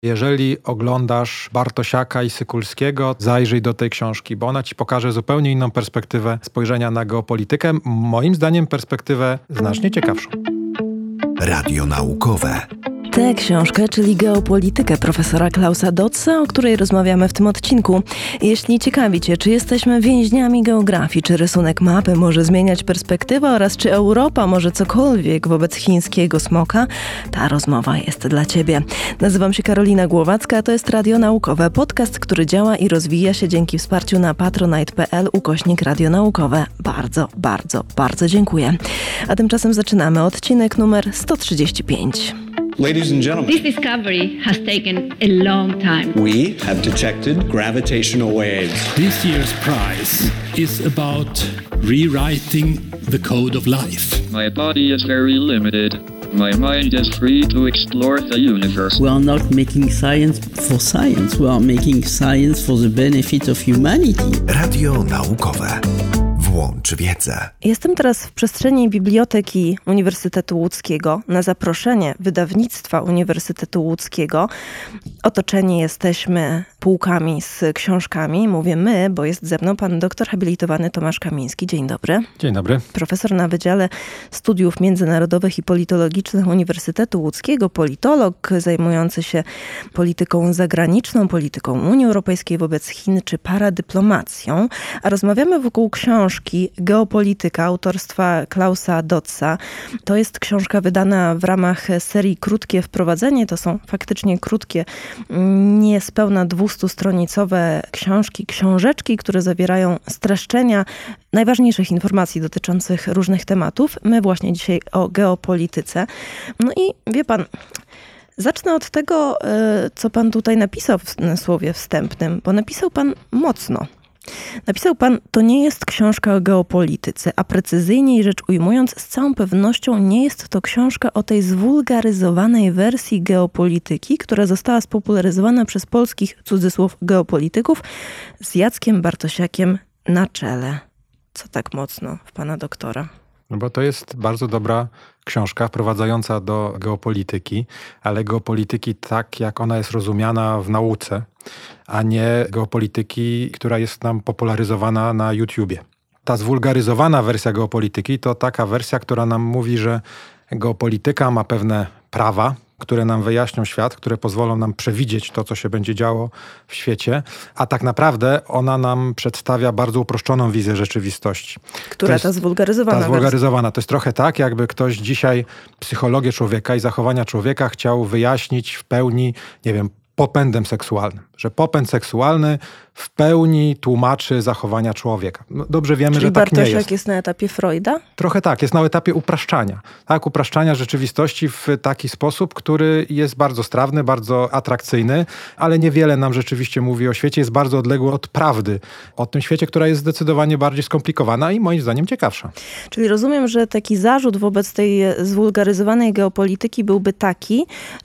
Jeżeli oglądasz Bartosiaka i Sykulskiego, zajrzyj do tej książki, bo ona ci pokaże zupełnie inną perspektywę spojrzenia na geopolitykę. Moim zdaniem perspektywę znacznie ciekawszą. Radio naukowe. Tę książkę, czyli Geopolitykę profesora Klausa Dotza, o której rozmawiamy w tym odcinku. Jeśli ciekawi Cię, czy jesteśmy więźniami geografii, czy rysunek mapy może zmieniać perspektywę oraz czy Europa może cokolwiek wobec chińskiego smoka, ta rozmowa jest dla Ciebie. Nazywam się Karolina Głowacka, a to jest Radio Naukowe, podcast, który działa i rozwija się dzięki wsparciu na patronite.pl/Radio Naukowe. Bardzo dziękuję. A tymczasem zaczynamy odcinek numer 135. Ladies and gentlemen, this discovery has taken a long time. We have detected gravitational waves. This year's prize is about rewriting the code of life. My body is very limited. My mind is free to explore the universe. We are not making science for science. We are making science for the benefit of humanity. Radio naukowe. Włącz wiedzę. Jestem teraz w przestrzeni Biblioteki Uniwersytetu Łódzkiego na zaproszenie wydawnictwa Uniwersytetu Łódzkiego. Otoczeni jesteśmy półkami z książkami. Mówię my, bo jest ze mną pan doktor habilitowany Tomasz Kamiński. Dzień dobry. Dzień dobry. Profesor na Wydziale Studiów Międzynarodowych i Politologicznych Uniwersytetu Łódzkiego, politolog zajmujący się polityką zagraniczną, polityką Unii Europejskiej wobec Chin czy paradyplomacją. A rozmawiamy wokół książki Geopolityka autorstwa Klausa Dotza. To jest książka wydana w ramach serii Krótkie Wprowadzenie. To są faktycznie krótkie, niespełna 200-stronicowe książeczki, które zawierają streszczenia najważniejszych informacji dotyczących różnych tematów. My właśnie dzisiaj o geopolityce. No i wie pan, zacznę od tego, co pan tutaj napisał w słowie wstępnym, bo napisał pan mocno. Napisał pan, to nie jest książka o geopolityce, a precyzyjniej rzecz ujmując, z całą pewnością nie jest to książka o tej zwulgaryzowanej wersji geopolityki, która została spopularyzowana przez polskich, cudzysłów, geopolityków z Jackiem Bartosiakiem na czele. Co tak mocno w pana doktora? No bo to jest bardzo dobra książka wprowadzająca do geopolityki, ale geopolityki tak, jak ona jest rozumiana w nauce, a nie geopolityki, która jest nam popularyzowana na YouTubie. Ta zwulgaryzowana wersja geopolityki to taka wersja, która nam mówi, że geopolityka ma pewne prawa, które nam wyjaśnią świat, które pozwolą nam przewidzieć to, co się będzie działo w świecie, a tak naprawdę ona nam przedstawia bardzo uproszczoną wizję rzeczywistości. Która ta zwulgaryzowana wersja? Ta zwulgaryzowana. To jest trochę tak, jakby ktoś dzisiaj psychologię człowieka i zachowania człowieka chciał wyjaśnić w pełni, nie wiem, popędem seksualnym. Że popęd seksualny w pełni tłumaczy zachowania człowieka. No dobrze wiemy, czyli że tak nie jest. Czyli Bartosiak jest na etapie Freuda? Trochę tak, jest na etapie upraszczania. Tak, upraszczania rzeczywistości w taki sposób, który jest bardzo strawny, bardzo atrakcyjny, ale niewiele nam rzeczywiście mówi o świecie, jest bardzo odległy od prawdy. O tym świecie, która jest zdecydowanie bardziej skomplikowana i moim zdaniem ciekawsza. Czyli rozumiem, że taki zarzut wobec tej zwulgaryzowanej geopolityki byłby taki,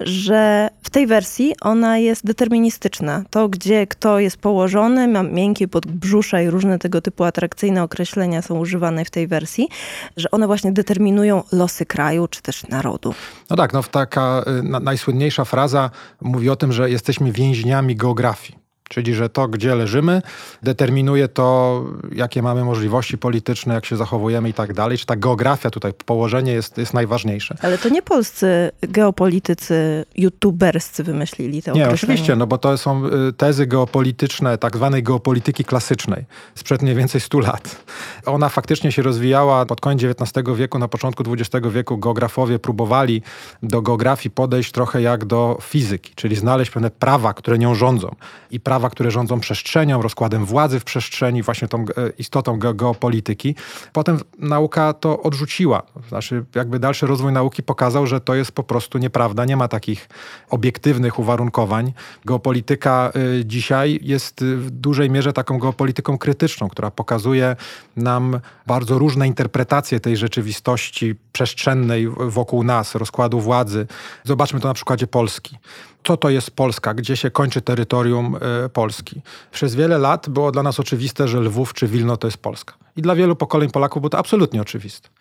że w tej wersji ona jest deterministyczna. To, gdzie kto jest położony, ma miękkie podbrzusze i różne tego typu atrakcyjne określenia są używane w tej wersji, że one właśnie determinują losy kraju czy też narodu. No tak, taka najsłynniejsza fraza mówi o tym, że jesteśmy więźniami geografii. Czyli, że to, gdzie leżymy, determinuje to, jakie mamy możliwości polityczne, jak się zachowujemy i tak dalej. Czy ta geografia tutaj, położenie jest najważniejsze. Ale to nie polscy geopolitycy, youtuberscy wymyślili te określenia. Nie, oczywiście, no bo to są tezy geopolityczne, tak zwanej geopolityki klasycznej, sprzed mniej więcej 100 lat. Ona faktycznie się rozwijała pod koniec XIX wieku, na początku XX wieku. Geografowie próbowali do geografii podejść trochę jak do fizyki, czyli znaleźć pewne prawa, które nią rządzą. I prawa, które rządzą przestrzenią, rozkładem władzy w przestrzeni, właśnie tą istotą geopolityki. Potem nauka to odrzuciła. Znaczy, jakby dalszy rozwój nauki pokazał, że to jest po prostu nieprawda. Nie ma takich obiektywnych uwarunkowań. Geopolityka dzisiaj jest w dużej mierze taką geopolityką krytyczną, która pokazuje nam bardzo różne interpretacje tej rzeczywistości przestrzennej wokół nas, rozkładu władzy. Zobaczmy to na przykładzie Polski. Co to jest Polska? Gdzie się kończy terytorium Polski? Przez wiele lat było dla nas oczywiste, że Lwów czy Wilno to jest Polska. I dla wielu pokoleń Polaków było to absolutnie oczywiste.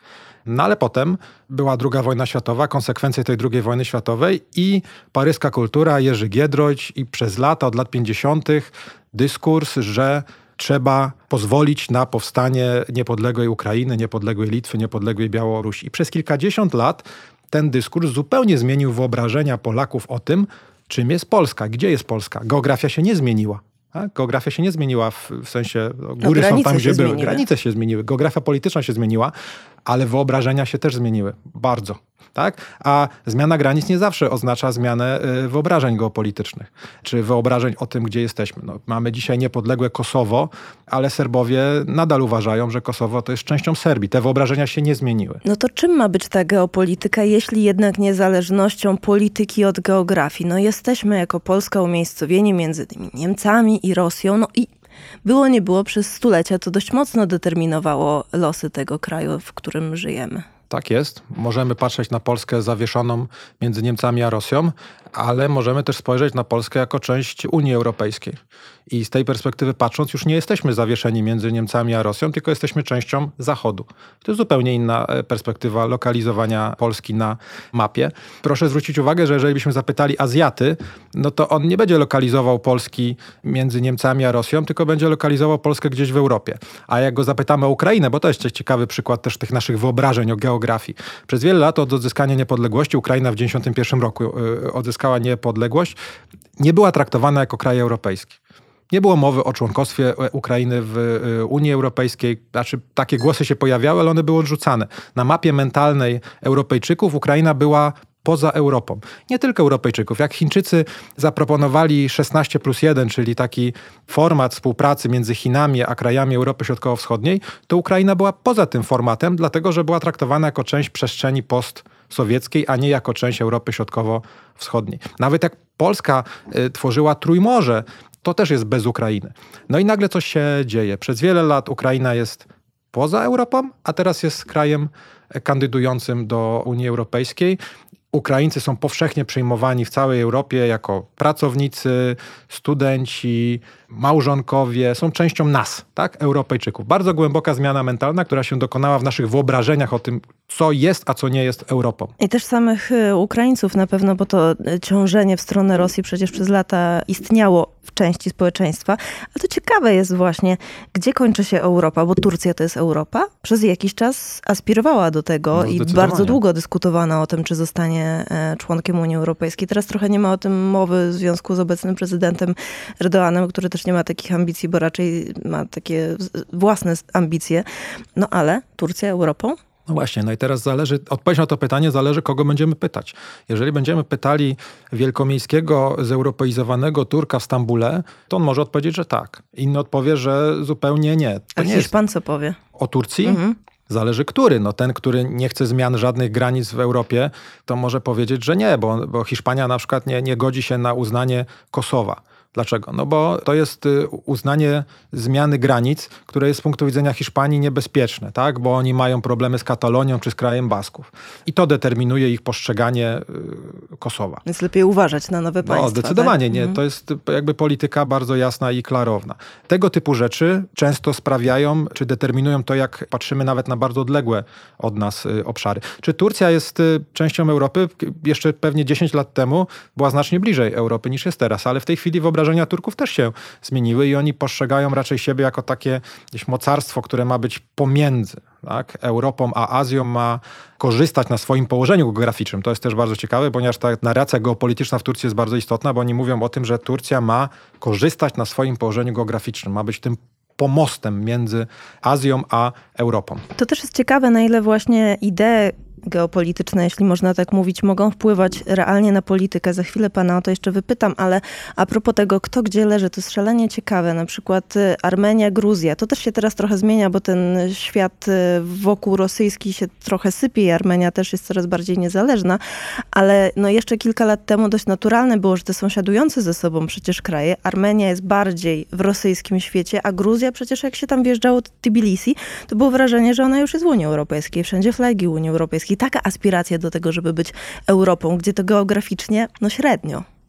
No ale potem była II wojna światowa, konsekwencje tej II wojny światowej i paryska kultura, Jerzy Giedroyć i przez lata, od lat 50. dyskurs, że trzeba pozwolić na powstanie niepodległej Ukrainy, niepodległej Litwy, niepodległej Białorusi. I przez kilkadziesiąt lat ten dyskurs zupełnie zmienił wyobrażenia Polaków o tym, czym jest Polska, gdzie jest Polska. Geografia się nie zmieniła. Tak? Geografia się nie zmieniła w sensie, góry są tam, gdzie były. Granice się zmieniły, geografia polityczna się zmieniła, ale wyobrażenia się też zmieniły. Bardzo. Tak? A zmiana granic nie zawsze oznacza zmianę wyobrażeń geopolitycznych, czy wyobrażeń o tym, gdzie jesteśmy. No, mamy dzisiaj niepodległe Kosowo, ale Serbowie nadal uważają, że Kosowo to jest częścią Serbii. Te wyobrażenia się nie zmieniły. No to czym ma być ta geopolityka, jeśli jednak niezależnością polityki od geografii? No jesteśmy jako Polska umiejscowieni między tymi Niemcami i Rosją, no i było nie było, przez stulecia to dość mocno determinowało losy tego kraju, w którym żyjemy. Tak jest. Możemy patrzeć na Polskę zawieszoną między Niemcami a Rosją, ale możemy też spojrzeć na Polskę jako część Unii Europejskiej. I z tej perspektywy patrząc, już nie jesteśmy zawieszeni między Niemcami a Rosją, tylko jesteśmy częścią Zachodu. To jest zupełnie inna perspektywa lokalizowania Polski na mapie. Proszę zwrócić uwagę, że jeżeli byśmy zapytali Azjaty, no to on nie będzie lokalizował Polski między Niemcami a Rosją, tylko będzie lokalizował Polskę gdzieś w Europie. A jak go zapytamy o Ukrainę, bo to jest ciekawy przykład też tych naszych wyobrażeń o geografii. Przez wiele lat od odzyskania niepodległości, Ukraina w 1991 roku odzyskała niepodległość, nie była traktowana jako kraj europejski. Nie było mowy o członkostwie Ukrainy w Unii Europejskiej. Znaczy, takie głosy się pojawiały, ale one były odrzucane. Na mapie mentalnej Europejczyków Ukraina była poza Europą. Nie tylko Europejczyków. Jak Chińczycy zaproponowali 16+1, czyli taki format współpracy między Chinami a krajami Europy Środkowo-Wschodniej, to Ukraina była poza tym formatem, dlatego że była traktowana jako część przestrzeni postsowieckiej, a nie jako część Europy Środkowo-Wschodniej. Nawet jak Polska tworzyła Trójmorze, to też jest bez Ukrainy. No i nagle coś się dzieje. Przez wiele lat Ukraina jest poza Europą, a teraz jest krajem kandydującym do Unii Europejskiej. Ukraińcy są powszechnie przyjmowani w całej Europie jako pracownicy, studenci, małżonkowie, są częścią nas, tak, Europejczyków. Bardzo głęboka zmiana mentalna, która się dokonała w naszych wyobrażeniach o tym, co jest, a co nie jest Europą. I też samych Ukraińców na pewno, bo to ciążenie w stronę Rosji przecież przez lata istniało w części społeczeństwa. Ale to ciekawe jest właśnie, gdzie kończy się Europa, bo Turcja to jest Europa. Przez jakiś czas aspirowała do tego i bardzo długo dyskutowano o tym, czy zostanie członkiem Unii Europejskiej. Teraz trochę nie ma o tym mowy w związku z obecnym prezydentem Erdoğanem, który też nie ma takich ambicji, bo raczej ma takie własne ambicje. No ale Turcja Europą? No właśnie, no i teraz odpowiedź na to pytanie zależy, kogo będziemy pytać. Jeżeli będziemy pytali wielkomiejskiego, zeuropeizowanego Turka w Stambule, to on może odpowiedzieć, że tak. Inny odpowie, że zupełnie nie. A Hiszpan co powie? O Turcji? Zależy który. No ten, który nie chce zmian żadnych granic w Europie, to może powiedzieć, że nie, bo Hiszpania na przykład nie godzi się na uznanie Kosowa. Dlaczego? No bo to jest uznanie zmiany granic, które jest z punktu widzenia Hiszpanii niebezpieczne, tak? Bo oni mają problemy z Katalonią czy z krajem Basków. I to determinuje ich postrzeganie Kosowa. Więc lepiej uważać na nowe państwa. No, zdecydowanie tak? nie. To jest jakby polityka bardzo jasna i klarowna. Tego typu rzeczy często sprawiają, czy determinują to, jak patrzymy nawet na bardzo odległe od nas obszary. Czy Turcja jest częścią Europy? Jeszcze pewnie 10 lat temu była znacznie bliżej Europy niż jest teraz, ale w tej chwili wyobrażenia Turków też się zmieniły i oni postrzegają raczej siebie jako takie gdzieś mocarstwo, które ma być pomiędzy, tak, Europą a Azją, ma korzystać na swoim położeniu geograficznym. To jest też bardzo ciekawe, ponieważ ta narracja geopolityczna w Turcji jest bardzo istotna, bo oni mówią o tym, że Turcja ma korzystać na swoim położeniu geograficznym, ma być tym pomostem między Azją a Europą. To też jest ciekawe, na ile właśnie idee geopolityczne, jeśli można tak mówić, mogą wpływać realnie na politykę. Za chwilę pana o to jeszcze wypytam, ale a propos tego, kto gdzie leży, to jest szalenie ciekawe. Na przykład Armenia, Gruzja. To też się teraz trochę zmienia, bo ten świat wokół rosyjski się trochę sypie i Armenia też jest coraz bardziej niezależna, ale no jeszcze kilka lat temu dość naturalne było, że te sąsiadujące ze sobą przecież kraje, Armenia jest bardziej w rosyjskim świecie, a Gruzja przecież jak się tam wjeżdżało do Tbilisi, to było wrażenie, że ona już jest w Unii Europejskiej, wszędzie flagi Unii Europejskiej. Taka aspiracja do tego, żeby być Europą, gdzie to geograficznie, no średnio.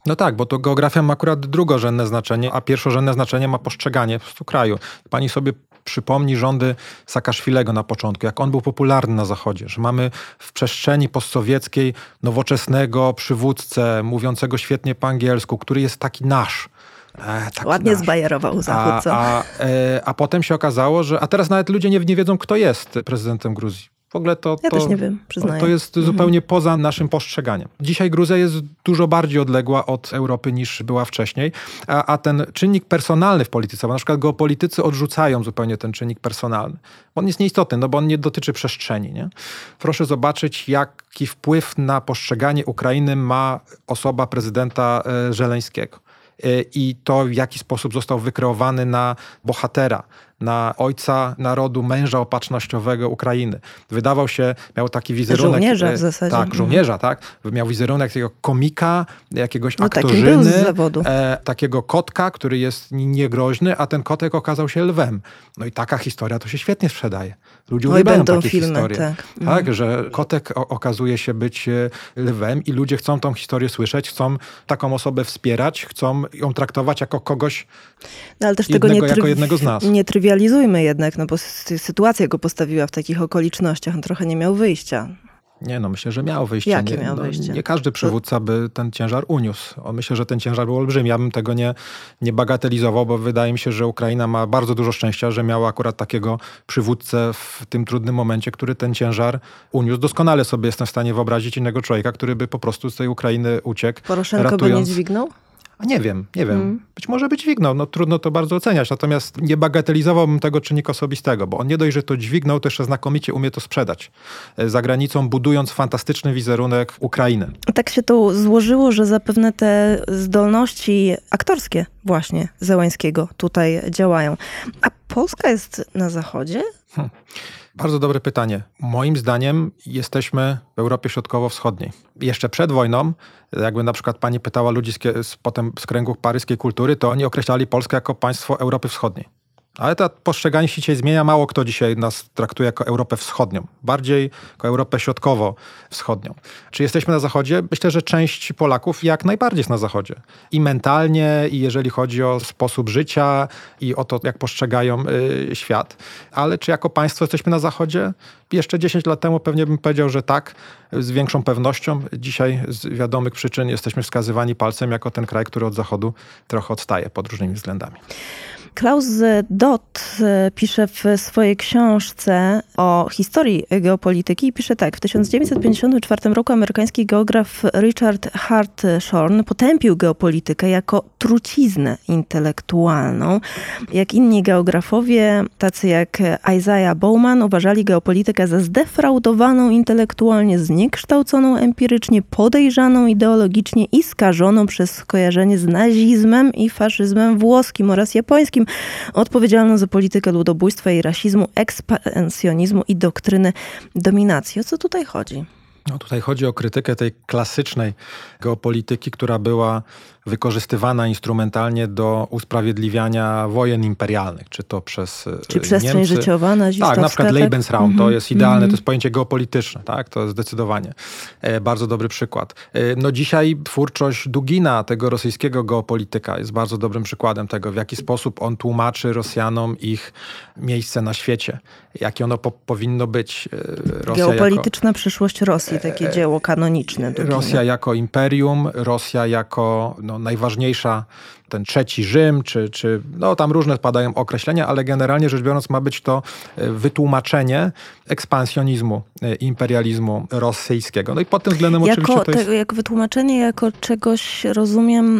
No tak, bo to geografia ma akurat drugorzędne znaczenie, a pierwszorzędne znaczenie ma postrzeganie po prostu kraju. Pani sobie przypomni rządy Saakaszwilego na początku, jak on był popularny na Zachodzie, że mamy w przestrzeni postsowieckiej nowoczesnego przywódcę, mówiącego świetnie po angielsku, który jest taki nasz. Ładnie zbajerował Zachód, co? A potem się okazało, że... A teraz nawet ludzie nie wiedzą, kto jest prezydentem Gruzji. W ogóle ja też nie wiem, przyznaję. To jest zupełnie poza naszym postrzeganiem. Dzisiaj Gruzja jest dużo bardziej odległa od Europy niż była wcześniej, a ten czynnik personalny w polityce, bo na przykład geopolitycy odrzucają zupełnie ten czynnik personalny. On jest nieistotny, no bo on nie dotyczy przestrzeni. Nie? Proszę zobaczyć, jaki wpływ na postrzeganie Ukrainy ma osoba prezydenta Żeleńskiego. I to, w jaki sposób został wykreowany na bohatera, na ojca narodu, męża opatrznościowego Ukrainy. Wydawał się, miał taki wizerunek... Żołnierza w zasadzie. Tak, żołnierza, tak. Miał wizerunek takiego komika, jakiegoś aktorzyny, takim był z zawodu. Takiego kotka, który jest niegroźny, a ten kotek okazał się lwem. No i taka historia to się świetnie sprzedaje. Ludzie uwielbiają takie historie. Tak, że kotek okazuje się być lwem i ludzie chcą tą historię słyszeć, chcą taką osobę wspierać, chcą ją traktować jako kogoś ale też jako jednego z nas. Nie trywializujmy jednak, no bo sytuacja go postawiła w takich okolicznościach. On trochę nie miał wyjścia. Nie, no myślę, że miał wyjście. Jakie miał wyjście? Nie każdy przywódca by ten ciężar uniósł. Myślę, że ten ciężar był olbrzymi. Ja bym tego nie bagatelizował, bo wydaje mi się, że Ukraina ma bardzo dużo szczęścia, że miała akurat takiego przywódcę w tym trudnym momencie, który ten ciężar uniósł. Doskonale sobie jestem w stanie wyobrazić innego człowieka, który by po prostu z tej Ukrainy uciekł. Poroszenko by nie dźwignął? A nie wiem. Być może by dźwignął, no trudno to bardzo oceniać. Natomiast nie bagatelizowałbym tego czynnika osobistego, bo on nie dość, że to dźwignął, to jeszcze znakomicie umie to sprzedać. Za granicą budując fantastyczny wizerunek Ukrainy. Tak się to złożyło, że zapewne te zdolności aktorskie właśnie Zełańskiego tutaj działają. A Polska jest na Zachodzie? Bardzo dobre pytanie. Moim zdaniem jesteśmy w Europie Środkowo-Wschodniej. Jeszcze przed wojną, jakby na przykład pani pytała ludzi potem z kręgów paryskiej kultury, to oni określali Polskę jako państwo Europy Wschodniej. Ale to postrzeganie się dzisiaj zmienia. Mało kto dzisiaj nas traktuje jako Europę Wschodnią. Bardziej jako Europę Środkowo-Wschodnią. Czy jesteśmy na Zachodzie? Myślę, że część Polaków jak najbardziej jest na Zachodzie. I mentalnie, i jeżeli chodzi o sposób życia, i o to, jak postrzegają świat. Ale czy jako państwo jesteśmy na Zachodzie? Jeszcze 10 lat temu pewnie bym powiedział, że tak, z większą pewnością. Dzisiaj z wiadomych przyczyn jesteśmy wskazywani palcem jako ten kraj, który od Zachodu trochę odstaje pod różnymi względami. Klaus Dott pisze w swojej książce o historii geopolityki i pisze tak. W 1954 roku amerykański geograf Richard Hartshorne potępił geopolitykę jako truciznę intelektualną. Jak inni geografowie, tacy jak Isaiah Bowman, uważali geopolitykę za zdefraudowaną intelektualnie, zniekształconą empirycznie, podejrzaną ideologicznie i skażoną przez skojarzenie z nazizmem i faszyzmem włoskim oraz japońskim, odpowiedzialną za politykę ludobójstwa i rasizmu, ekspansjonizmu i doktryny dominacji. O co tutaj chodzi? No tutaj chodzi o krytykę tej klasycznej geopolityki, która była wykorzystywana instrumentalnie do usprawiedliwiania wojen imperialnych, czy to przez Czy przestrzeń Niemcy. życiowa nazistowska. Tak, na przykład Lebensraum, to jest idealne, to jest pojęcie geopolityczne, tak? To jest zdecydowanie bardzo dobry przykład. No dzisiaj twórczość Dugina, tego rosyjskiego geopolityka, jest bardzo dobrym przykładem tego, w jaki sposób on tłumaczy Rosjanom ich miejsce na świecie, jakie ono powinno być. Geopolityczna przyszłość Rosji, takie dzieło kanoniczne Dugina. Rosja jako imperium, Rosja jako najważniejsza, ten trzeci Rzym, czy tam różne padają określenia, ale generalnie rzecz biorąc ma być to wytłumaczenie ekspansjonizmu, imperializmu rosyjskiego. No i pod tym względem oczywiście to jest... Jako wytłumaczenie, jako czegoś, rozumiem,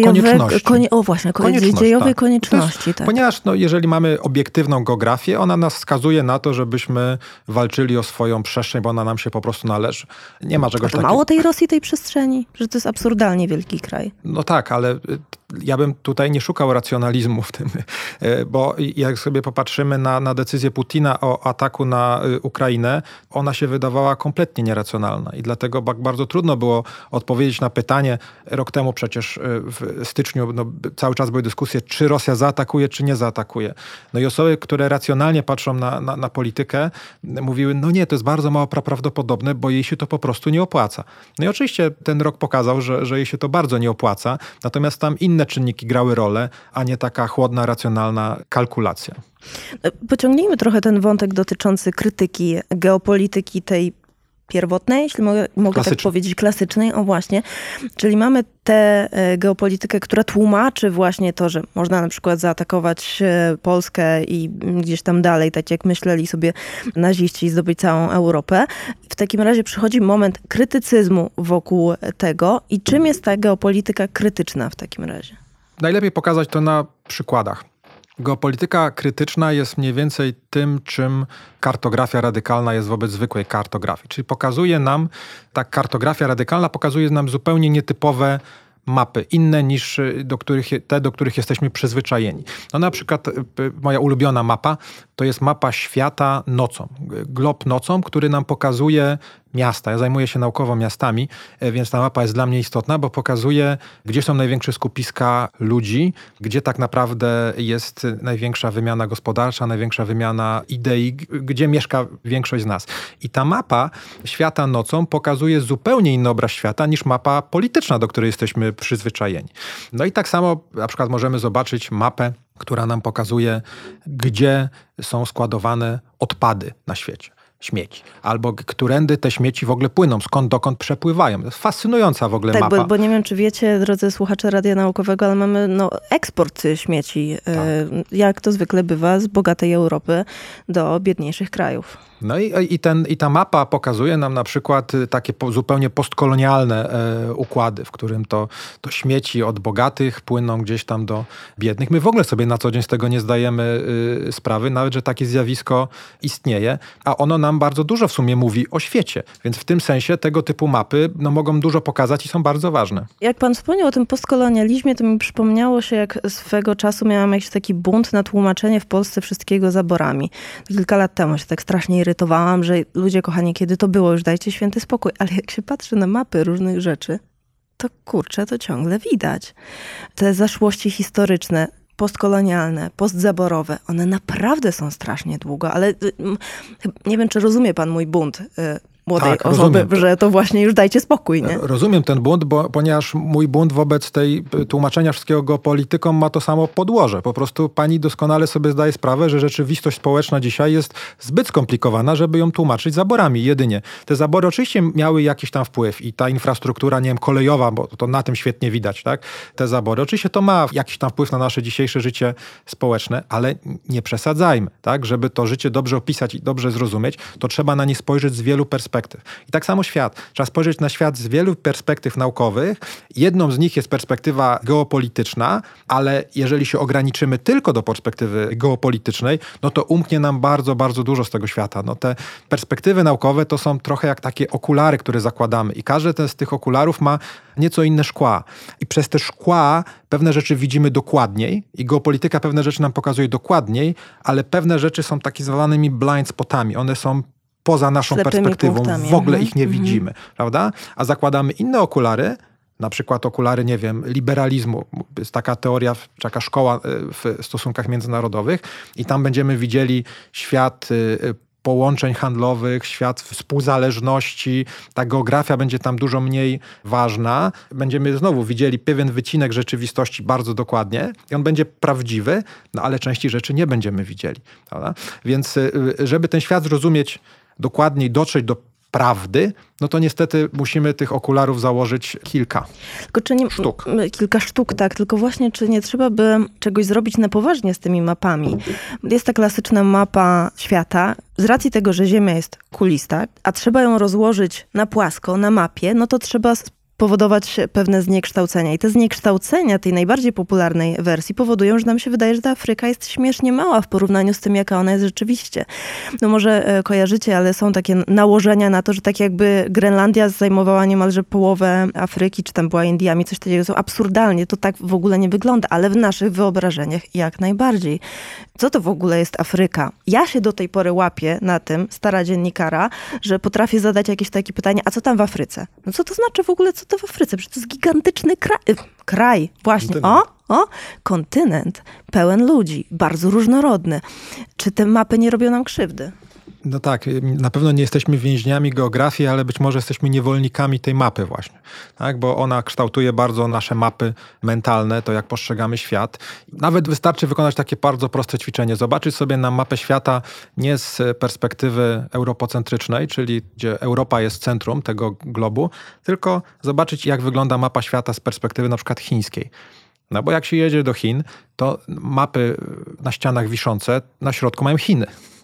dziejowej konieczności. Tak. Ponieważ jeżeli mamy obiektywną geografię, ona nas wskazuje na to, żebyśmy walczyli o swoją przestrzeń, bo ona nam się po prostu należy. Nie ma czegoś takiego. Mało tej Rosji, tej przestrzeni, że to jest absurdalnie wielki kraj. No tak, ale ja bym tutaj nie szukał racjonalizmu w tym, bo jak sobie popatrzymy na decyzję Putina o ataku na Ukrainę, ona się wydawała kompletnie nieracjonalna i dlatego bardzo trudno było odpowiedzieć na pytanie. Rok temu przecież w styczniu cały czas były dyskusje, czy Rosja zaatakuje, czy nie zaatakuje. No i osoby, które racjonalnie patrzą na politykę, mówiły, no nie, to jest bardzo mało prawdopodobne, bo jej się to po prostu nie opłaca. No i oczywiście ten rok pokazał, że jej się to bardzo nie opłaca, natomiast tam inne czynniki grały rolę, a nie taka chłodna, racjonalna kalkulacja. Pociągnijmy trochę ten wątek dotyczący krytyki geopolityki tej pierwotnej, jeśli mogę tak powiedzieć, klasycznej. O właśnie. Czyli mamy tę geopolitykę, która tłumaczy właśnie to, że można na przykład zaatakować Polskę i gdzieś tam dalej, tak jak myśleli sobie naziści, i zdobyć całą Europę. W takim razie przychodzi moment krytycyzmu wokół tego. I czym jest ta geopolityka krytyczna w takim razie? Najlepiej pokazać to na przykładach. Geopolityka krytyczna jest mniej więcej tym, czym kartografia radykalna jest wobec zwykłej kartografii. Czyli ta kartografia radykalna pokazuje nam zupełnie nietypowe mapy, inne niż do których jesteśmy przyzwyczajeni. No na przykład moja ulubiona mapa to jest mapa świata nocą. Glob nocą, który nam pokazuje miasta. Ja zajmuję się naukowo miastami, więc ta mapa jest dla mnie istotna, bo pokazuje, gdzie są największe skupiska ludzi, gdzie tak naprawdę jest największa wymiana gospodarcza, największa wymiana idei, gdzie mieszka większość z nas. I ta mapa świata nocą pokazuje zupełnie inny obraz świata niż mapa polityczna, do której jesteśmy przyzwyczajeni. No i tak samo na przykład możemy zobaczyć mapę, która nam pokazuje, gdzie są składowane odpady na świecie. Śmieci. Albo którędy te śmieci w ogóle płyną, skąd dokąd przepływają. To jest fascynująca w ogóle mapa. Tak, bo nie wiem, czy wiecie, drodzy słuchacze Radia Naukowego, ale mamy eksport śmieci, jak to zwykle bywa, z bogatej Europy do biedniejszych krajów. No i ta mapa pokazuje nam na przykład takie zupełnie postkolonialne układy, w którym to śmieci od bogatych płyną gdzieś tam do biednych. My w ogóle sobie na co dzień z tego nie zdajemy sprawy, nawet że takie zjawisko istnieje, a ono nam bardzo dużo w sumie mówi o świecie. Więc w tym sensie tego typu mapy mogą dużo pokazać i są bardzo ważne. Jak pan wspomniał o tym postkolonializmie, to mi przypomniało się, jak swego czasu miałam jakiś taki bunt na tłumaczenie w Polsce wszystkiego zaborami. Kilka lat temu się tak strasznie irytowałam, że ludzie kochani, kiedy to było, już dajcie święty spokój. Ale jak się patrzy na mapy różnych rzeczy, to kurczę, to ciągle widać. Te zaszłości historyczne, postkolonialne, postzaborowe, one naprawdę są strasznie długo, ale nie wiem, czy rozumie pan mój bunt młodej osoby, że to właśnie już dajcie spokój, nie? Rozumiem ten bunt, ponieważ mój bunt wobec tej tłumaczenia wszystkiego geopolityką ma to samo podłoże. Po prostu pani doskonale sobie zdaje sprawę, że rzeczywistość społeczna dzisiaj jest zbyt skomplikowana, żeby ją tłumaczyć zaborami jedynie. Te zabory oczywiście miały jakiś tam wpływ i ta infrastruktura, nie wiem, kolejowa, bo to na tym świetnie widać, tak? Te zabory. Oczywiście to ma jakiś tam wpływ na nasze dzisiejsze życie społeczne, ale nie przesadzajmy, tak? Żeby to życie dobrze opisać i dobrze zrozumieć, to trzeba na nie spojrzeć z wielu perspektyw. I tak samo świat. Trzeba spojrzeć na świat z wielu perspektyw naukowych. Jedną z nich jest perspektywa geopolityczna, ale jeżeli się ograniczymy tylko do perspektywy geopolitycznej, no to umknie nam bardzo, bardzo dużo z tego świata. No te perspektywy naukowe to są trochę jak takie okulary, które zakładamy i każdy z tych okularów ma nieco inne szkła. I przez te szkła pewne rzeczy widzimy dokładniej i geopolityka pewne rzeczy nam pokazuje dokładniej, ale pewne rzeczy są tak zwanymi blind spotami. One są poza naszą perspektywą, punktami. W ogóle ich nie widzimy, prawda? A zakładamy inne okulary, na przykład okulary, nie wiem, liberalizmu. Jest taka teoria, taka szkoła w stosunkach międzynarodowych i tam będziemy widzieli świat połączeń handlowych, świat współzależności. Ta geografia będzie tam dużo mniej ważna. Będziemy znowu widzieli pewien wycinek rzeczywistości bardzo dokładnie i on będzie prawdziwy, no ale części rzeczy nie będziemy widzieli, prawda? Więc żeby ten świat zrozumieć dokładniej, dotrzeć do prawdy, no to niestety musimy tych okularów założyć kilka sztuk. Kilka sztuk, tak. Tylko właśnie, czy nie trzeba by czegoś zrobić na poważnie z tymi mapami? Jest ta klasyczna mapa świata. Z racji tego, że Ziemia jest kulista, a trzeba ją rozłożyć na płasko, na mapie, no to trzeba powodować pewne zniekształcenia. I te zniekształcenia tej najbardziej popularnej wersji powodują, że nam się wydaje, że ta Afryka jest śmiesznie mała w porównaniu z tym, jaka ona jest rzeczywiście. No może kojarzycie, ale są takie nałożenia na to, że tak jakby Grenlandia zajmowała niemalże połowę Afryki, czy tam była Indiami, coś takiego. Są absurdalnie, to tak w ogóle nie wygląda, ale w naszych wyobrażeniach jak najbardziej. Co to w ogóle jest Afryka? Ja się do tej pory łapię na tym, stara dziennikara, że potrafię zadać jakieś takie pytanie, a co tam w Afryce? No co to znaczy w ogóle, co to w Afryce? Przecież to jest gigantyczny kraj. Właśnie. Kontynent pełen ludzi, bardzo różnorodny. Czy te mapy nie robią nam krzywdy? No tak, na pewno nie jesteśmy więźniami geografii, ale być może jesteśmy niewolnikami tej mapy właśnie. Tak? Bo ona kształtuje bardzo nasze mapy mentalne, to jak postrzegamy świat. Nawet wystarczy wykonać takie bardzo proste ćwiczenie. Zobaczyć sobie na mapę świata nie z perspektywy europocentrycznej, czyli gdzie Europa jest centrum tego globu, tylko zobaczyć, jak wygląda mapa świata z perspektywy na przykład chińskiej. No bo jak się jedzie do Chin, to mapy na ścianach wiszące na środku mają Chiny.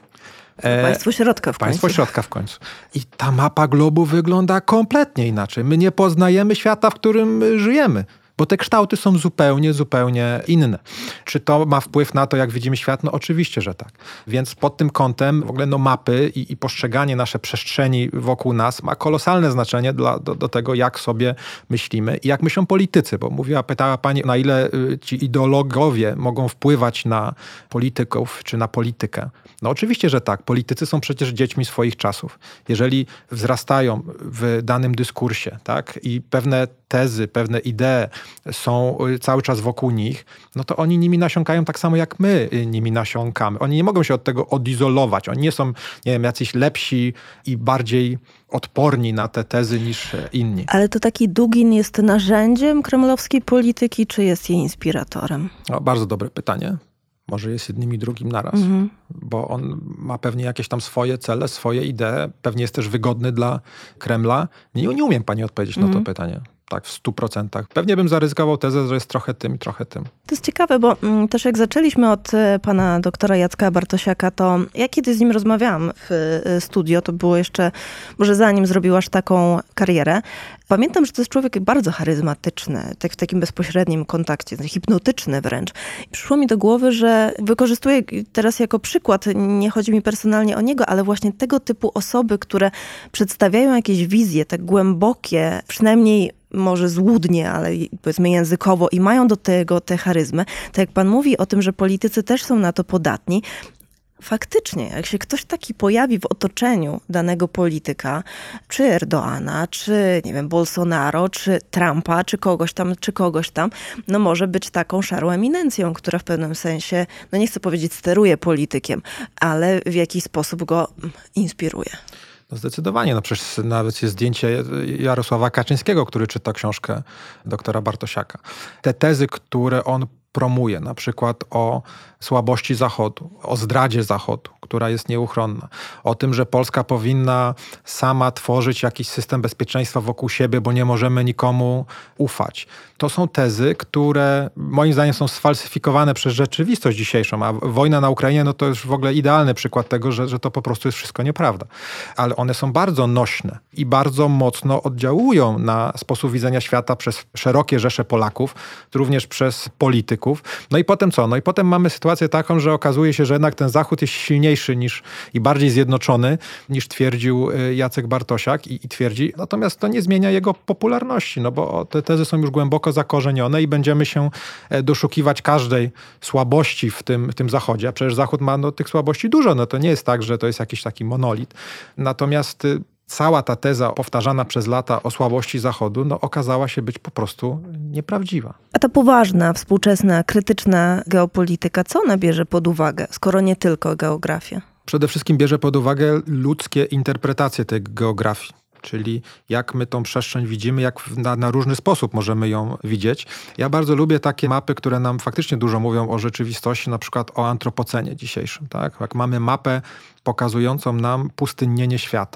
Państwo środka w końcu. Państwo środka w końcu. I ta mapa globu wygląda kompletnie inaczej. My nie poznajemy świata, w którym żyjemy. Bo te kształty są zupełnie inne. Czy to ma wpływ na to, jak widzimy świat? No oczywiście, że tak. Więc pod tym kątem w ogóle mapy i postrzeganie nasze przestrzeni wokół nas ma kolosalne znaczenie do tego, jak sobie myślimy i jak myślą politycy. Bo pytała pani, na ile ci ideologowie mogą wpływać na polityków czy na politykę. No oczywiście, że tak. Politycy są przecież dziećmi swoich czasów. Jeżeli wzrastają w danym dyskursie, tak, i pewne tezy, pewne idee są cały czas wokół nich, no to oni nimi nasiąkają tak samo, jak my nimi nasiąkamy. Oni nie mogą się od tego odizolować. Oni nie są, nie wiem, jacyś lepsi i bardziej odporni na te tezy niż inni. Ale to taki Dugin jest narzędziem kremlowskiej polityki, czy jest jej inspiratorem? No, bardzo dobre pytanie. Może jest jednym i drugim naraz, bo on ma pewnie jakieś tam swoje cele, swoje idee. Pewnie jest też wygodny dla Kremla. Nie umiem pani odpowiedzieć na to pytanie. Tak, w 100%. Pewnie bym zaryzykował tezę, że jest trochę tym i trochę tym. To jest ciekawe, bo też jak zaczęliśmy od pana doktora Jacka Bartosiaka, to ja kiedyś z nim rozmawiałam w studio, to było jeszcze, może zanim zrobił aż taką karierę. Pamiętam, że to jest człowiek bardzo charyzmatyczny, tak w takim bezpośrednim kontakcie, hipnotyczny wręcz. I przyszło mi do głowy, że wykorzystuję teraz jako przykład, nie chodzi mi personalnie o niego, ale właśnie tego typu osoby, które przedstawiają jakieś wizje, tak głębokie, przynajmniej może złudnie, ale powiedzmy językowo i mają do tego tę charyzmę. Tak jak pan mówi o tym, że politycy też są na to podatni, faktycznie, jak się ktoś taki pojawi w otoczeniu danego polityka, czy Erdoana, czy nie wiem, Bolsonaro, czy Trumpa, czy kogoś tam, no może być taką szarą eminencją, która w pewnym sensie, no nie chcę powiedzieć steruje politykiem, ale w jakiś sposób go inspiruje. No zdecydowanie. No przecież nawet jest zdjęcie Jarosława Kaczyńskiego, który czyta książkę doktora Bartosiaka. Te tezy, które on promuje, na przykład o słabości Zachodu, o zdradzie Zachodu, która jest nieuchronna, o tym, że Polska powinna sama tworzyć jakiś system bezpieczeństwa wokół siebie, bo nie możemy nikomu ufać. To są tezy, które moim zdaniem są sfalsyfikowane przez rzeczywistość dzisiejszą, a wojna na Ukrainie no to już w ogóle idealny przykład tego, że to po prostu jest wszystko nieprawda. Ale one są bardzo nośne i bardzo mocno oddziałują na sposób widzenia świata przez szerokie rzesze Polaków, również przez polityków. No i potem co? No i potem mamy sytuację taką, że okazuje się, że jednak ten Zachód jest silniejszy i bardziej zjednoczony, niż twierdził Jacek Bartosiak i twierdzi. Natomiast to nie zmienia jego popularności, no bo te tezy są już głęboko zakorzenione i będziemy się doszukiwać każdej słabości w tym Zachodzie. A przecież Zachód ma tych słabości dużo. No to nie jest tak, że to jest jakiś taki monolit. Natomiast cała ta teza powtarzana przez lata o słabości Zachodu okazała się być po prostu nieprawdziwa. A ta poważna, współczesna, krytyczna geopolityka, co ona bierze pod uwagę, skoro nie tylko geografię? Przede wszystkim bierze pod uwagę ludzkie interpretacje tej geografii. Czyli jak my tą przestrzeń widzimy, jak na różny sposób możemy ją widzieć. Ja bardzo lubię takie mapy, które nam faktycznie dużo mówią o rzeczywistości, na przykład o antropocenie dzisiejszym. Tak? Jak mamy mapę pokazującą nam pustynnienie świata.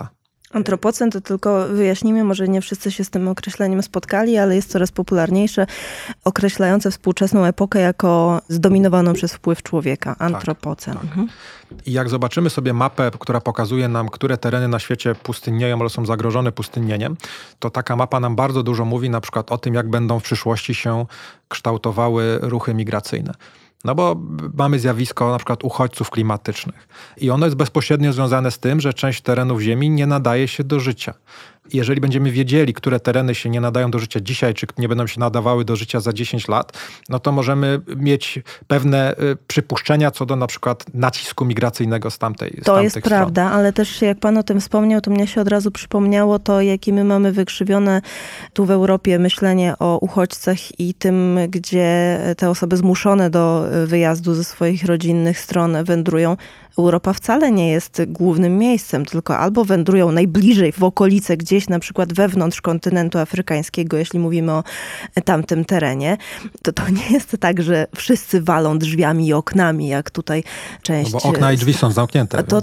Antropocen to tylko wyjaśnijmy, może nie wszyscy się z tym określeniem spotkali, ale jest coraz popularniejsze, określające współczesną epokę jako zdominowaną przez wpływ człowieka. Antropocen. Tak. I jak zobaczymy sobie mapę, która pokazuje nam, które tereny na świecie pustynnieją albo są zagrożone pustynnieniem, to taka mapa nam bardzo dużo mówi na przykład o tym, jak będą w przyszłości się kształtowały ruchy migracyjne. No bo mamy zjawisko na przykład uchodźców klimatycznych i ono jest bezpośrednio związane z tym, że część terenów Ziemi nie nadaje się do życia. Jeżeli będziemy wiedzieli, które tereny się nie nadają do życia dzisiaj, czy nie będą się nadawały do życia za 10 lat, no to możemy mieć pewne przypuszczenia co do na przykład nacisku migracyjnego z tamtej strony. To jest prawda, ale też jak pan o tym wspomniał, to mnie się od razu przypomniało to, jakie my mamy wykrzywione tu w Europie myślenie o uchodźcach i tym, gdzie te osoby zmuszone do wyjazdu ze swoich rodzinnych stron wędrują. Europa wcale nie jest głównym miejscem, tylko albo wędrują najbliżej, w okolice, gdzieś na przykład wewnątrz kontynentu afrykańskiego, jeśli mówimy o tamtym terenie, to nie jest tak, że wszyscy walą drzwiami i oknami, jak tutaj część... No bo okna i drzwi są zamknięte. To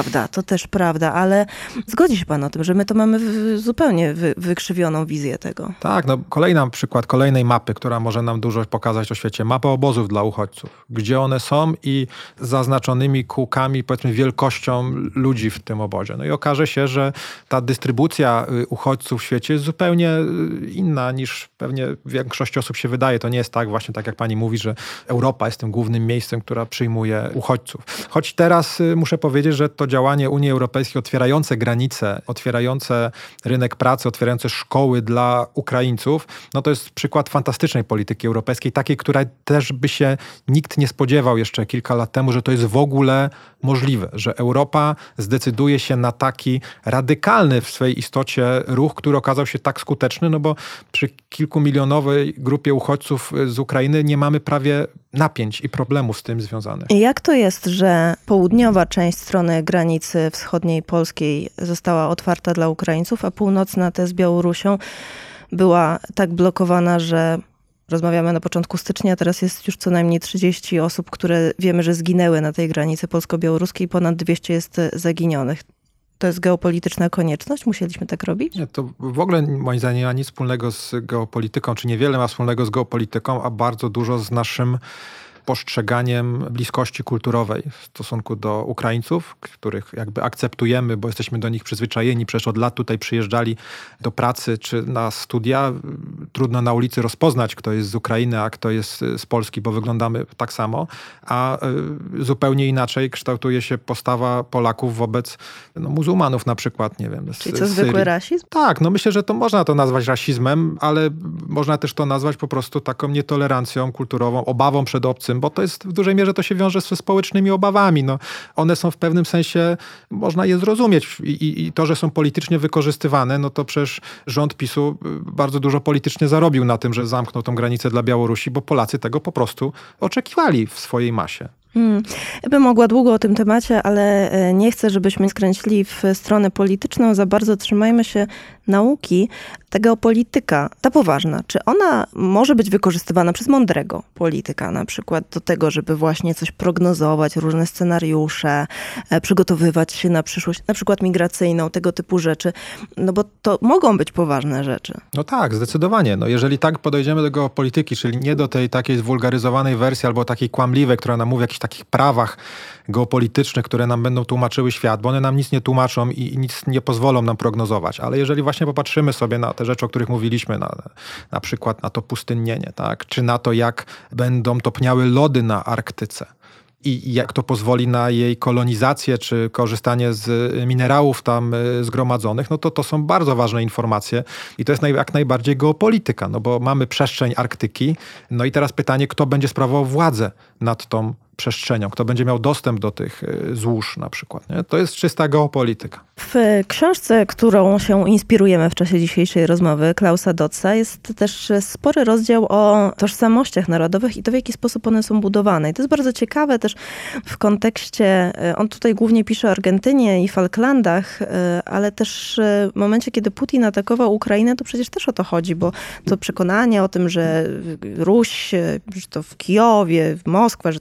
też prawda, ale zgodzi się pan o tym, że my to mamy zupełnie wykrzywioną wizję tego. Tak, no kolejny przykład kolejnej mapy, która może nam dużo pokazać o świecie. Mapa obozów dla uchodźców. Gdzie one są i zaznaczonymi kółkami, powiedzmy wielkością ludzi w tym obozie. No i okaże się, że ta dystrybucja uchodźców w świecie jest zupełnie inna niż pewnie większości osób się wydaje. To nie jest tak właśnie, tak jak pani mówi, że Europa jest tym głównym miejscem, która przyjmuje uchodźców. Choć teraz muszę powiedzieć, że to działanie Unii Europejskiej otwierające granice, otwierające rynek pracy, otwierające szkoły dla Ukraińców, no to jest przykład fantastycznej polityki europejskiej, takiej, której też by się nikt nie spodziewał jeszcze kilka lat temu, że to jest w ogóle możliwe, że Europa zdecyduje się na taki radykalny w swej istocie ruch, który okazał się tak skuteczny, no bo przy kilkumilionowej grupie uchodźców z Ukrainy nie mamy prawie napięć i problemów z tym związanych. Jak to jest, że południowa część strony granicy wschodniej polskiej została otwarta dla Ukraińców, a północna, ta z Białorusią, była tak blokowana, że rozmawiamy na początku stycznia, teraz jest już co najmniej 30 osób, które wiemy, że zginęły na tej granicy polsko-białoruskiej, ponad 200 jest zaginionych. To jest geopolityczna konieczność? Musieliśmy tak robić? Nie, to w ogóle moim zdaniem nie ma nic wspólnego z geopolityką, czy niewiele ma wspólnego z geopolityką, a bardzo dużo z naszym postrzeganiem bliskości kulturowej w stosunku do Ukraińców, których jakby akceptujemy, bo jesteśmy do nich przyzwyczajeni. Przecież od lat tutaj przyjeżdżali do pracy czy na studia. Trudno na ulicy rozpoznać, kto jest z Ukrainy, a kto jest z Polski, bo wyglądamy tak samo. A zupełnie inaczej kształtuje się postawa Polaków wobec muzułmanów na przykład, nie wiem. Czyli co, zwykły rasizm? Tak, no myślę, że to można to nazwać rasizmem, ale można też to nazwać po prostu taką nietolerancją kulturową, obawą przed obcym, bo to jest w dużej mierze to się wiąże ze społecznymi obawami. No, one są w pewnym sensie, można je zrozumieć i to, że są politycznie wykorzystywane, no to przecież rząd PiS-u bardzo dużo politycznie zarobił na tym, że zamknął tą granicę dla Białorusi, bo Polacy tego po prostu oczekiwali w swojej masie. Ja bym mogła długo o tym temacie, ale nie chcę, żebyśmy skręcili w stronę polityczną. Za bardzo trzymajmy się nauki. Ta geopolityka, ta poważna, czy ona może być wykorzystywana przez mądrego polityka, na przykład do tego, żeby właśnie coś prognozować, różne scenariusze, przygotowywać się na przyszłość, na przykład migracyjną, tego typu rzeczy, no bo to mogą być poważne rzeczy. No tak, zdecydowanie. No jeżeli tak podejdziemy do geopolityki, czyli nie do tej takiej zwulgaryzowanej wersji albo takiej kłamliwej, która nam mówi o jakichś takich prawach geopolitycznych, które nam będą tłumaczyły świat, bo one nam nic nie tłumaczą i nic nie pozwolą nam prognozować. Ale jeżeli właśnie popatrzymy sobie na te rzeczy, o których mówiliśmy, na przykład na to pustynnienie, tak? Czy na to, jak będą topniały lody na Arktyce i jak to pozwoli na jej kolonizację, czy korzystanie z minerałów tam zgromadzonych, no to są bardzo ważne informacje i to jest jak najbardziej geopolityka, no bo mamy przestrzeń Arktyki, no i teraz pytanie, kto będzie sprawował władzę nad tą przestrzenią, kto będzie miał dostęp do tych złóż na przykład. Nie? To jest czysta geopolityka. W książce, którą się inspirujemy w czasie dzisiejszej rozmowy, Klausa Dotza, jest też spory rozdział o tożsamościach narodowych i to, w jaki sposób one są budowane. I to jest bardzo ciekawe też w kontekście, on tutaj głównie pisze o Argentynie i Falklandach, ale też w momencie, kiedy Putin atakował Ukrainę, to przecież też o to chodzi, bo to przekonanie o tym, że Ruś, że to w Kijowie, w Moskwie, że to w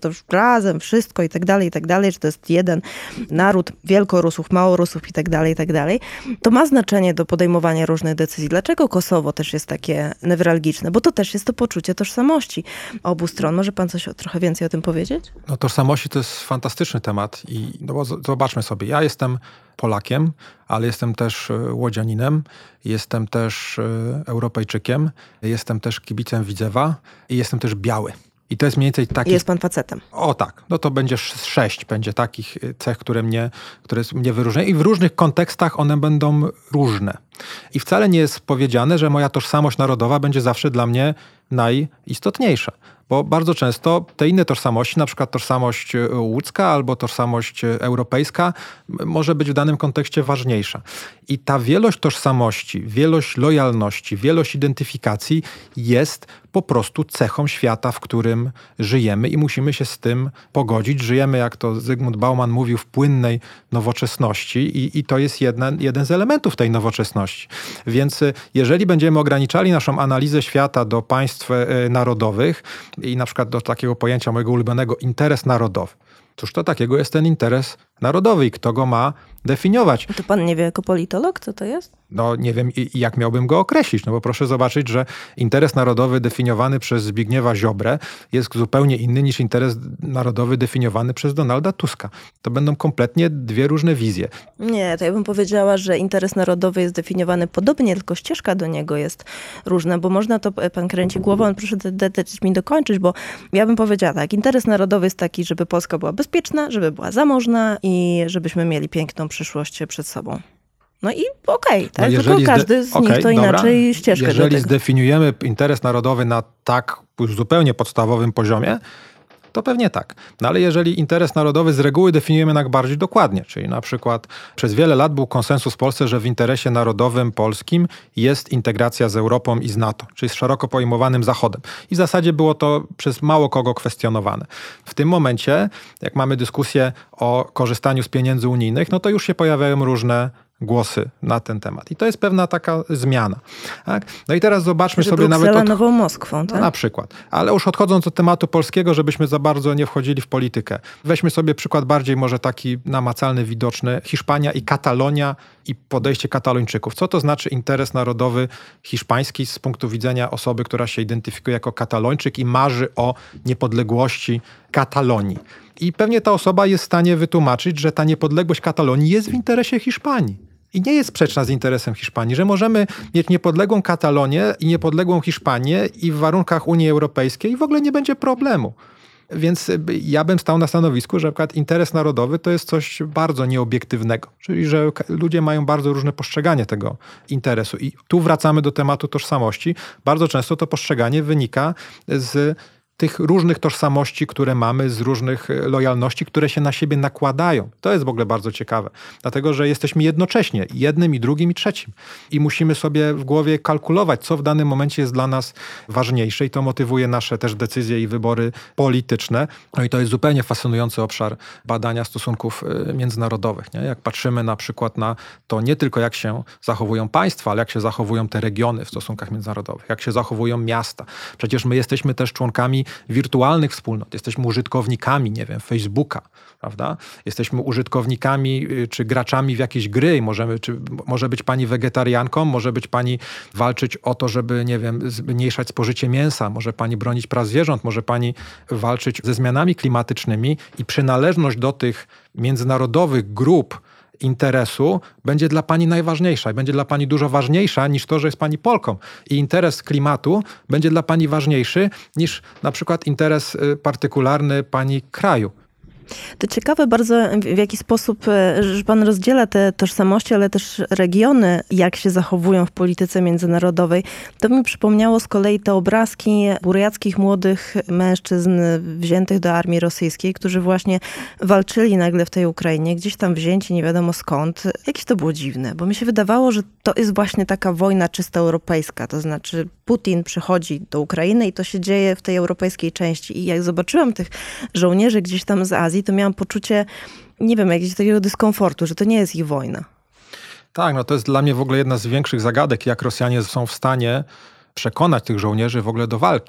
razem, wszystko i tak dalej, że to jest jeden naród, Wielkorusów, Małorusów i tak dalej, to ma znaczenie do podejmowania różnych decyzji. Dlaczego Kosowo też jest takie newralgiczne? Bo to też jest to poczucie tożsamości obu stron. Może pan coś trochę więcej o tym powiedzieć? No tożsamości to jest fantastyczny temat i no bo zobaczmy sobie, ja jestem Polakiem, ale jestem też łodzianinem, jestem też Europejczykiem, jestem też kibicem Widzewa i jestem też biały. I to jest mniej więcej taki... Jest pan facetem. O tak, no to będzie 6 będzie takich cech, które mnie wyróżniają i w różnych kontekstach one będą różne. I wcale nie jest powiedziane, że moja tożsamość narodowa będzie zawsze dla mnie najistotniejsza. Bo bardzo często te inne tożsamości, na przykład tożsamość łódzka albo tożsamość europejska, może być w danym kontekście ważniejsza. I ta wielość tożsamości, wielość lojalności, wielość identyfikacji jest po prostu cechą świata, w którym żyjemy i musimy się z tym pogodzić. Żyjemy, jak to Zygmunt Bauman mówił, w płynnej nowoczesności i to jest jeden z elementów tej nowoczesności. Więc jeżeli będziemy ograniczali naszą analizę świata do państw narodowych i na przykład do takiego pojęcia mojego ulubionego interes narodowy, cóż to takiego jest ten interes narodowy i kto go ma definiować? To pan nie wie jako politolog, co to jest? No nie wiem, jak miałbym go określić, no bo proszę zobaczyć, że interes narodowy definiowany przez Zbigniewa Ziobrę jest zupełnie inny niż interes narodowy definiowany przez Donalda Tuska. To będą kompletnie dwie różne wizje. Nie, to ja bym powiedziała, że interes narodowy jest definiowany podobnie, tylko ścieżka do niego jest różna, bo można to, pan kręci głową, proszę dać mi dokończyć, bo ja bym powiedziała tak, interes narodowy jest taki, żeby Polska była bezpieczna, żeby była zamożna i żebyśmy mieli piękną przyszłość przed sobą. No i okej, tak? No tylko każdy z nich to inaczej ścieżkę do tego. Jeżeli zdefiniujemy interes narodowy na tak już zupełnie podstawowym poziomie, to pewnie tak. No ale jeżeli interes narodowy z reguły definiujemy tak bardziej dokładnie, czyli na przykład przez wiele lat był konsensus w Polsce, że w interesie narodowym polskim jest integracja z Europą i z NATO, czyli z szeroko pojmowanym Zachodem. I w zasadzie było to przez mało kogo kwestionowane. W tym momencie, jak mamy dyskusję o korzystaniu z pieniędzy unijnych, no to już się pojawiają różne głosy na ten temat. I to jest pewna taka zmiana. Tak? No i teraz zobaczmy że sobie Bruksela nawet... Nową Moskwą, tak? No, na przykład. Ale już odchodząc od tematu polskiego, żebyśmy za bardzo nie wchodzili w politykę. Weźmy sobie przykład bardziej może taki namacalny, widoczny. Hiszpania i Katalonia i podejście Katalończyków. Co to znaczy interes narodowy hiszpański z punktu widzenia osoby, która się identyfikuje jako Katalończyk i marzy o niepodległości Katalonii? I pewnie ta osoba jest w stanie wytłumaczyć, że ta niepodległość Katalonii jest w interesie Hiszpanii. I nie jest sprzeczna z interesem Hiszpanii, że możemy mieć niepodległą Katalonię i niepodległą Hiszpanię i w warunkach Unii Europejskiej w ogóle nie będzie problemu. Więc ja bym stał na stanowisku, że na przykład interes narodowy to jest coś bardzo nieobiektywnego. Czyli, że ludzie mają bardzo różne postrzeganie tego interesu. I tu wracamy do tematu tożsamości. Bardzo często to postrzeganie wynika z tych różnych tożsamości, które mamy, z różnych lojalności, które się na siebie nakładają. To jest w ogóle bardzo ciekawe. Dlatego, że jesteśmy jednocześnie jednym i drugim i trzecim. I musimy sobie w głowie kalkulować, co w danym momencie jest dla nas ważniejsze i to motywuje nasze też decyzje i wybory polityczne. No i to jest zupełnie fascynujący obszar badania stosunków międzynarodowych. Nie? Jak patrzymy na przykład na to nie tylko jak się zachowują państwa, ale jak się zachowują te regiony w stosunkach międzynarodowych, jak się zachowują miasta. Przecież my jesteśmy też członkami wirtualnych wspólnot. Jesteśmy użytkownikami, nie wiem, Facebooka, prawda? Jesteśmy użytkownikami czy graczami w jakieś gry. Może być pani wegetarianką, może być pani walczyć o to, żeby, nie wiem, zmniejszać spożycie mięsa, może pani bronić praw zwierząt, może pani walczyć ze zmianami klimatycznymi i przynależność do tych międzynarodowych grup interesu będzie dla pani najważniejsza i będzie dla pani dużo ważniejsza niż to, że jest pani Polką. I interes klimatu będzie dla pani ważniejszy niż na przykład interes partykularny pani kraju. To ciekawe bardzo, w jaki sposób, że pan rozdziela te tożsamości, ale też regiony, jak się zachowują w polityce międzynarodowej. To mi przypomniało z kolei te obrazki burjackich młodych mężczyzn wziętych do armii rosyjskiej, którzy właśnie walczyli nagle w tej Ukrainie, gdzieś tam wzięci nie wiadomo skąd. Jakieś to było dziwne, bo mi się wydawało, że to jest właśnie taka wojna czysto europejska, to znaczy Putin przychodzi do Ukrainy i to się dzieje w tej europejskiej części. I jak zobaczyłam tych żołnierzy gdzieś tam z Azji, to miałam poczucie, nie wiem, jakiegoś takiego dyskomfortu, że to nie jest ich wojna. Tak, no to jest dla mnie w ogóle jedna z większych zagadek, jak Rosjanie są w stanie przekonać tych żołnierzy w ogóle do walki.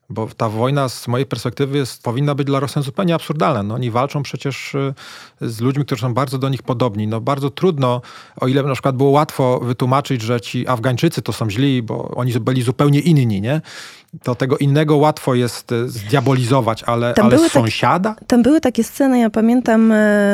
Bo ta wojna z mojej perspektywy powinna być dla Rosjan zupełnie absurdalna. No, oni walczą przecież z ludźmi, którzy są bardzo do nich podobni. No, bardzo trudno, o ile na przykład było łatwo wytłumaczyć, że ci Afgańczycy to są źli, bo oni byli zupełnie inni, nie? To tego innego łatwo jest zdiabolizować, ale sąsiada? Tam były takie sceny, ja pamiętam,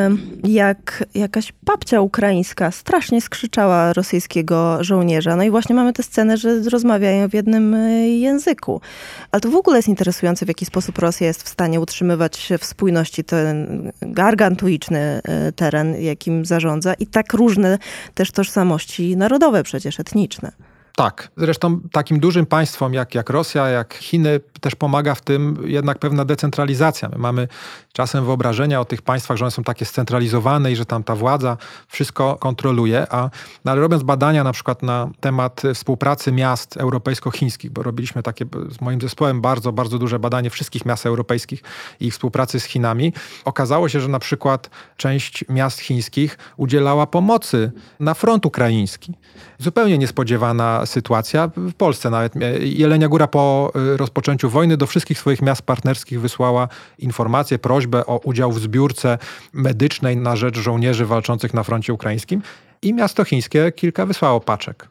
jak jakaś babcia ukraińska strasznie skrzyczała rosyjskiego żołnierza. No i właśnie mamy tę scenę, że rozmawiają w jednym języku. Ale to w ogóle jest interesujące, w jaki sposób Rosja jest w stanie utrzymywać w spójności ten gargantuiczny teren, jakim zarządza, i tak różne też tożsamości narodowe, przecież etniczne. Tak. Zresztą takim dużym państwom jak Rosja, jak Chiny też pomaga w tym jednak pewna decentralizacja. My mamy czasem wyobrażenia o tych państwach, że one są takie scentralizowane i że tam ta władza wszystko kontroluje, ale robiąc badania na przykład na temat współpracy miast europejsko-chińskich, bo robiliśmy takie z moim zespołem bardzo, bardzo duże badanie wszystkich miast europejskich i ich współpracy z Chinami, okazało się, że na przykład część miast chińskich udzielała pomocy na front ukraiński. Zupełnie niespodziewana sytuacja. W Polsce nawet Jelenia Góra po rozpoczęciu wojny do wszystkich swoich miast partnerskich wysłała informację, prośbę o udział w zbiórce medycznej na rzecz żołnierzy walczących na froncie ukraińskim i miasto chińskie kilka wysłało paczek.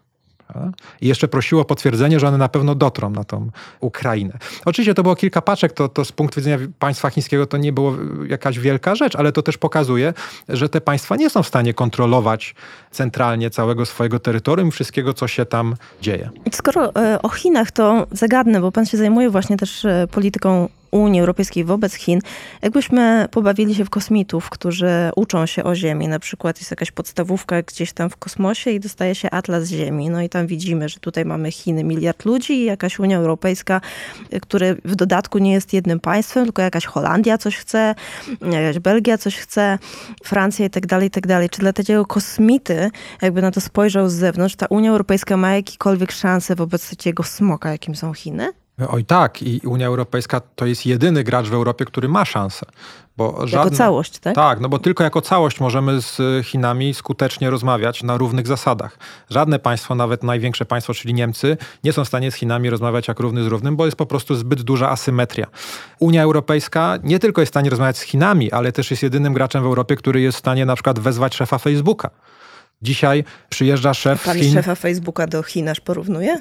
I jeszcze prosiło o potwierdzenie, że one na pewno dotrą na tą Ukrainę. Oczywiście to było kilka paczek, to z punktu widzenia państwa chińskiego to nie było jakaś wielka rzecz, ale to też pokazuje, że te państwa nie są w stanie kontrolować centralnie całego swojego terytorium i wszystkiego, co się tam dzieje. Skoro o Chinach, to zagadnę, bo pan się zajmuje właśnie też polityką Unii Europejskiej wobec Chin. Jakbyśmy pobawili się w kosmitów, którzy uczą się o Ziemi, na przykład jest jakaś podstawówka gdzieś tam w kosmosie i dostaje się atlas Ziemi. No i tam widzimy, że tutaj mamy Chiny, 1 miliard ludzi i jakaś Unia Europejska, która w dodatku nie jest jednym państwem, tylko jakaś Holandia coś chce, jakaś Belgia coś chce, Francja i tak dalej, i tak dalej. Czy dla takiego kosmity, jakby na to spojrzał z zewnątrz, ta Unia Europejska ma jakiekolwiek szanse wobec takiego smoka, jakim są Chiny? Oj tak, i Unia Europejska to jest jedyny gracz w Europie, który ma szansę. Jako całość, tak? Tak, no bo tylko jako całość możemy z Chinami skutecznie rozmawiać na równych zasadach. Żadne państwo, nawet największe państwo, czyli Niemcy, nie są w stanie z Chinami rozmawiać jak równy z równym, bo jest po prostu zbyt duża asymetria. Unia Europejska nie tylko jest w stanie rozmawiać z Chinami, ale też jest jedynym graczem w Europie, który jest w stanie na przykład wezwać szefa Facebooka. Dzisiaj przyjeżdża szef Pan Chin. Szefa Facebooka do Chin aż porównuje?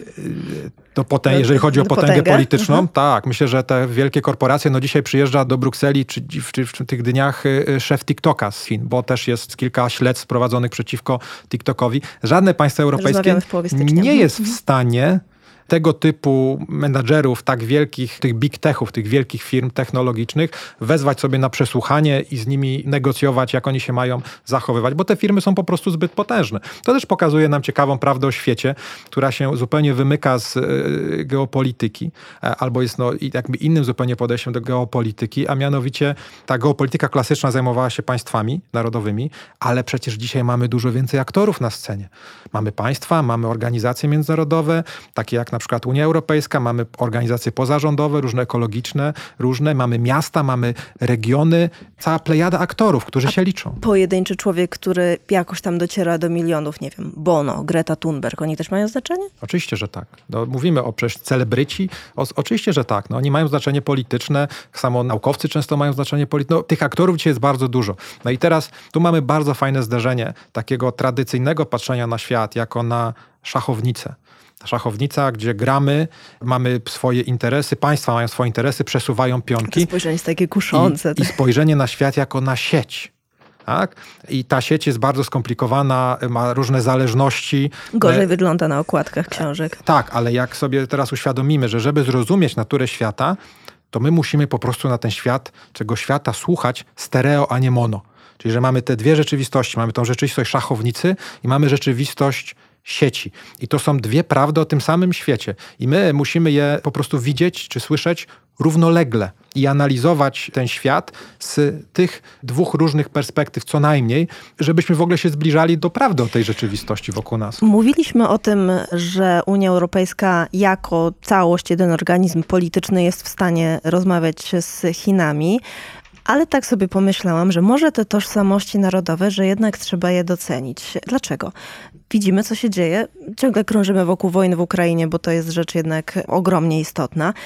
Jeżeli chodzi o potęgę polityczną, tak. Myślę, że te wielkie korporacje, dzisiaj przyjeżdża do Brukseli, czy w tych dniach szef TikToka z Chin, bo też jest kilka śledztw prowadzonych przeciwko TikTokowi. Żadne państwo europejskie nie jest w stanie tego typu menadżerów tak wielkich, tych big techów, tych wielkich firm technologicznych, wezwać sobie na przesłuchanie i z nimi negocjować, jak oni się mają zachowywać, bo te firmy są po prostu zbyt potężne. To też pokazuje nam ciekawą prawdę o świecie, która się zupełnie wymyka z geopolityki, albo jest jakby innym zupełnie podejściem do geopolityki, a mianowicie ta geopolityka klasyczna zajmowała się państwami narodowymi, ale przecież dzisiaj mamy dużo więcej aktorów na scenie. Mamy państwa, mamy organizacje międzynarodowe, takie jak na przykład Unia Europejska, mamy organizacje pozarządowe, różne ekologiczne, mamy miasta, mamy regiony, cała plejada aktorów, którzy się liczą. Pojedynczy człowiek, który jakoś tam dociera do milionów, nie wiem, Bono, Greta Thunberg, oni też mają znaczenie? Oczywiście, że tak. Mówimy o przecież celebryci, oczywiście, że tak. Oni mają znaczenie polityczne, samo naukowcy często mają znaczenie polityczne. Tych aktorów dzisiaj jest bardzo dużo. No i teraz tu mamy bardzo fajne zderzenie takiego tradycyjnego patrzenia na świat jako na szachownicę. Szachownica, gdzie gramy, mamy swoje interesy, państwa mają swoje interesy, przesuwają pionki. To spojrzenie jest takie kuszące. I spojrzenie na świat jako na sieć. Tak? I ta sieć jest bardzo skomplikowana, ma różne zależności. Gorzej wygląda na okładkach książek. Tak, ale jak sobie teraz uświadomimy, że żeby zrozumieć naturę świata, to my musimy po prostu na ten świat, tego świata słuchać stereo, a nie mono. Czyli, że mamy te dwie rzeczywistości. Mamy tą rzeczywistość szachownicy i mamy rzeczywistość sieci. I to są dwie prawdy o tym samym świecie. I my musimy je po prostu widzieć czy słyszeć równolegle i analizować ten świat z tych dwóch różnych perspektyw co najmniej, żebyśmy w ogóle się zbliżali do prawdy o tej rzeczywistości wokół nas. Mówiliśmy o tym, że Unia Europejska jako całość, jeden organizm polityczny jest w stanie rozmawiać z Chinami. Ale tak sobie pomyślałam, że może te tożsamości narodowe, że jednak trzeba je docenić. Dlaczego? Widzimy, co się dzieje. Ciągle krążymy wokół wojny w Ukrainie, bo to jest rzecz jednak ogromnie istotna.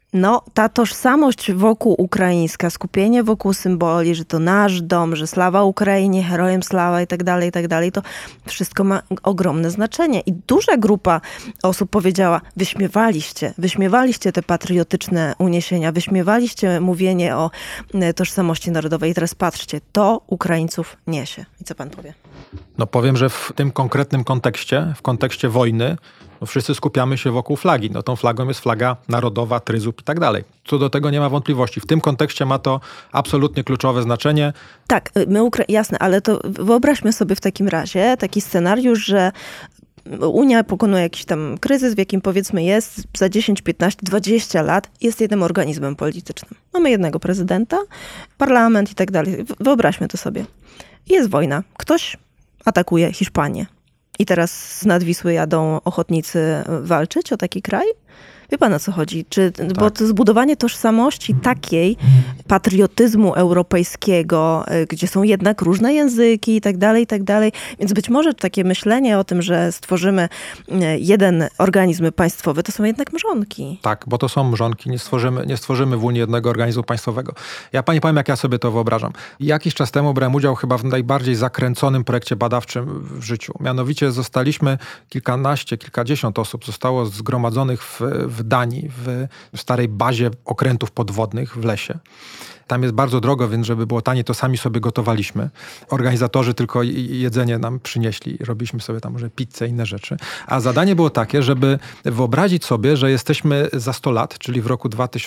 No, ta tożsamość wokół ukraińska, skupienie wokół symboli, że to nasz dom, że sława Ukrainie, herojem sława i tak dalej, to wszystko ma ogromne znaczenie. I duża grupa osób powiedziała, wyśmiewaliście te patriotyczne uniesienia, wyśmiewaliście mówienie o tożsamości narodowej i teraz patrzcie, to Ukraińców niesie. I co pan powie? No powiem, że w tym konkretnym kontekście, w kontekście wojny, no wszyscy skupiamy się wokół flagi. No tą flagą jest flaga narodowa, tryzub i tak dalej. Co do tego nie ma wątpliwości. W tym kontekście ma to absolutnie kluczowe znaczenie. Tak, jasne, ale to wyobraźmy sobie w takim razie taki scenariusz, że Unia pokonuje jakiś tam kryzys, w jakim powiedzmy jest za 10, 15, 20 lat, jest jednym organizmem politycznym. Mamy jednego prezydenta, parlament i tak dalej. Wyobraźmy to sobie. Jest wojna. Ktoś atakuje Hiszpanię. I teraz z nad Wisły jadą ochotnicy walczyć o taki kraj? Wie pan, o co chodzi? Tak. Bo to zbudowanie tożsamości takiej, patriotyzmu europejskiego, gdzie są jednak różne języki i tak dalej. Więc być może takie myślenie o tym, że stworzymy jeden organizm państwowy, to są jednak mrzonki. Tak, bo to są mrzonki. Nie stworzymy w Unii jednego organizmu państwowego. Ja pani powiem, jak ja sobie to wyobrażam. Jakiś czas temu brałem udział chyba w najbardziej zakręconym projekcie badawczym w życiu. Mianowicie zostaliśmy kilkadziesiąt osób zostało zgromadzonych w Danii, w starej bazie okrętów podwodnych w lesie. Tam jest bardzo drogo, więc żeby było taniej, to sami sobie gotowaliśmy. Organizatorzy tylko jedzenie nam przynieśli. Robiliśmy sobie tam może pizzę i inne rzeczy. A zadanie było takie, żeby wyobrazić sobie, że jesteśmy za 100 lat, czyli w roku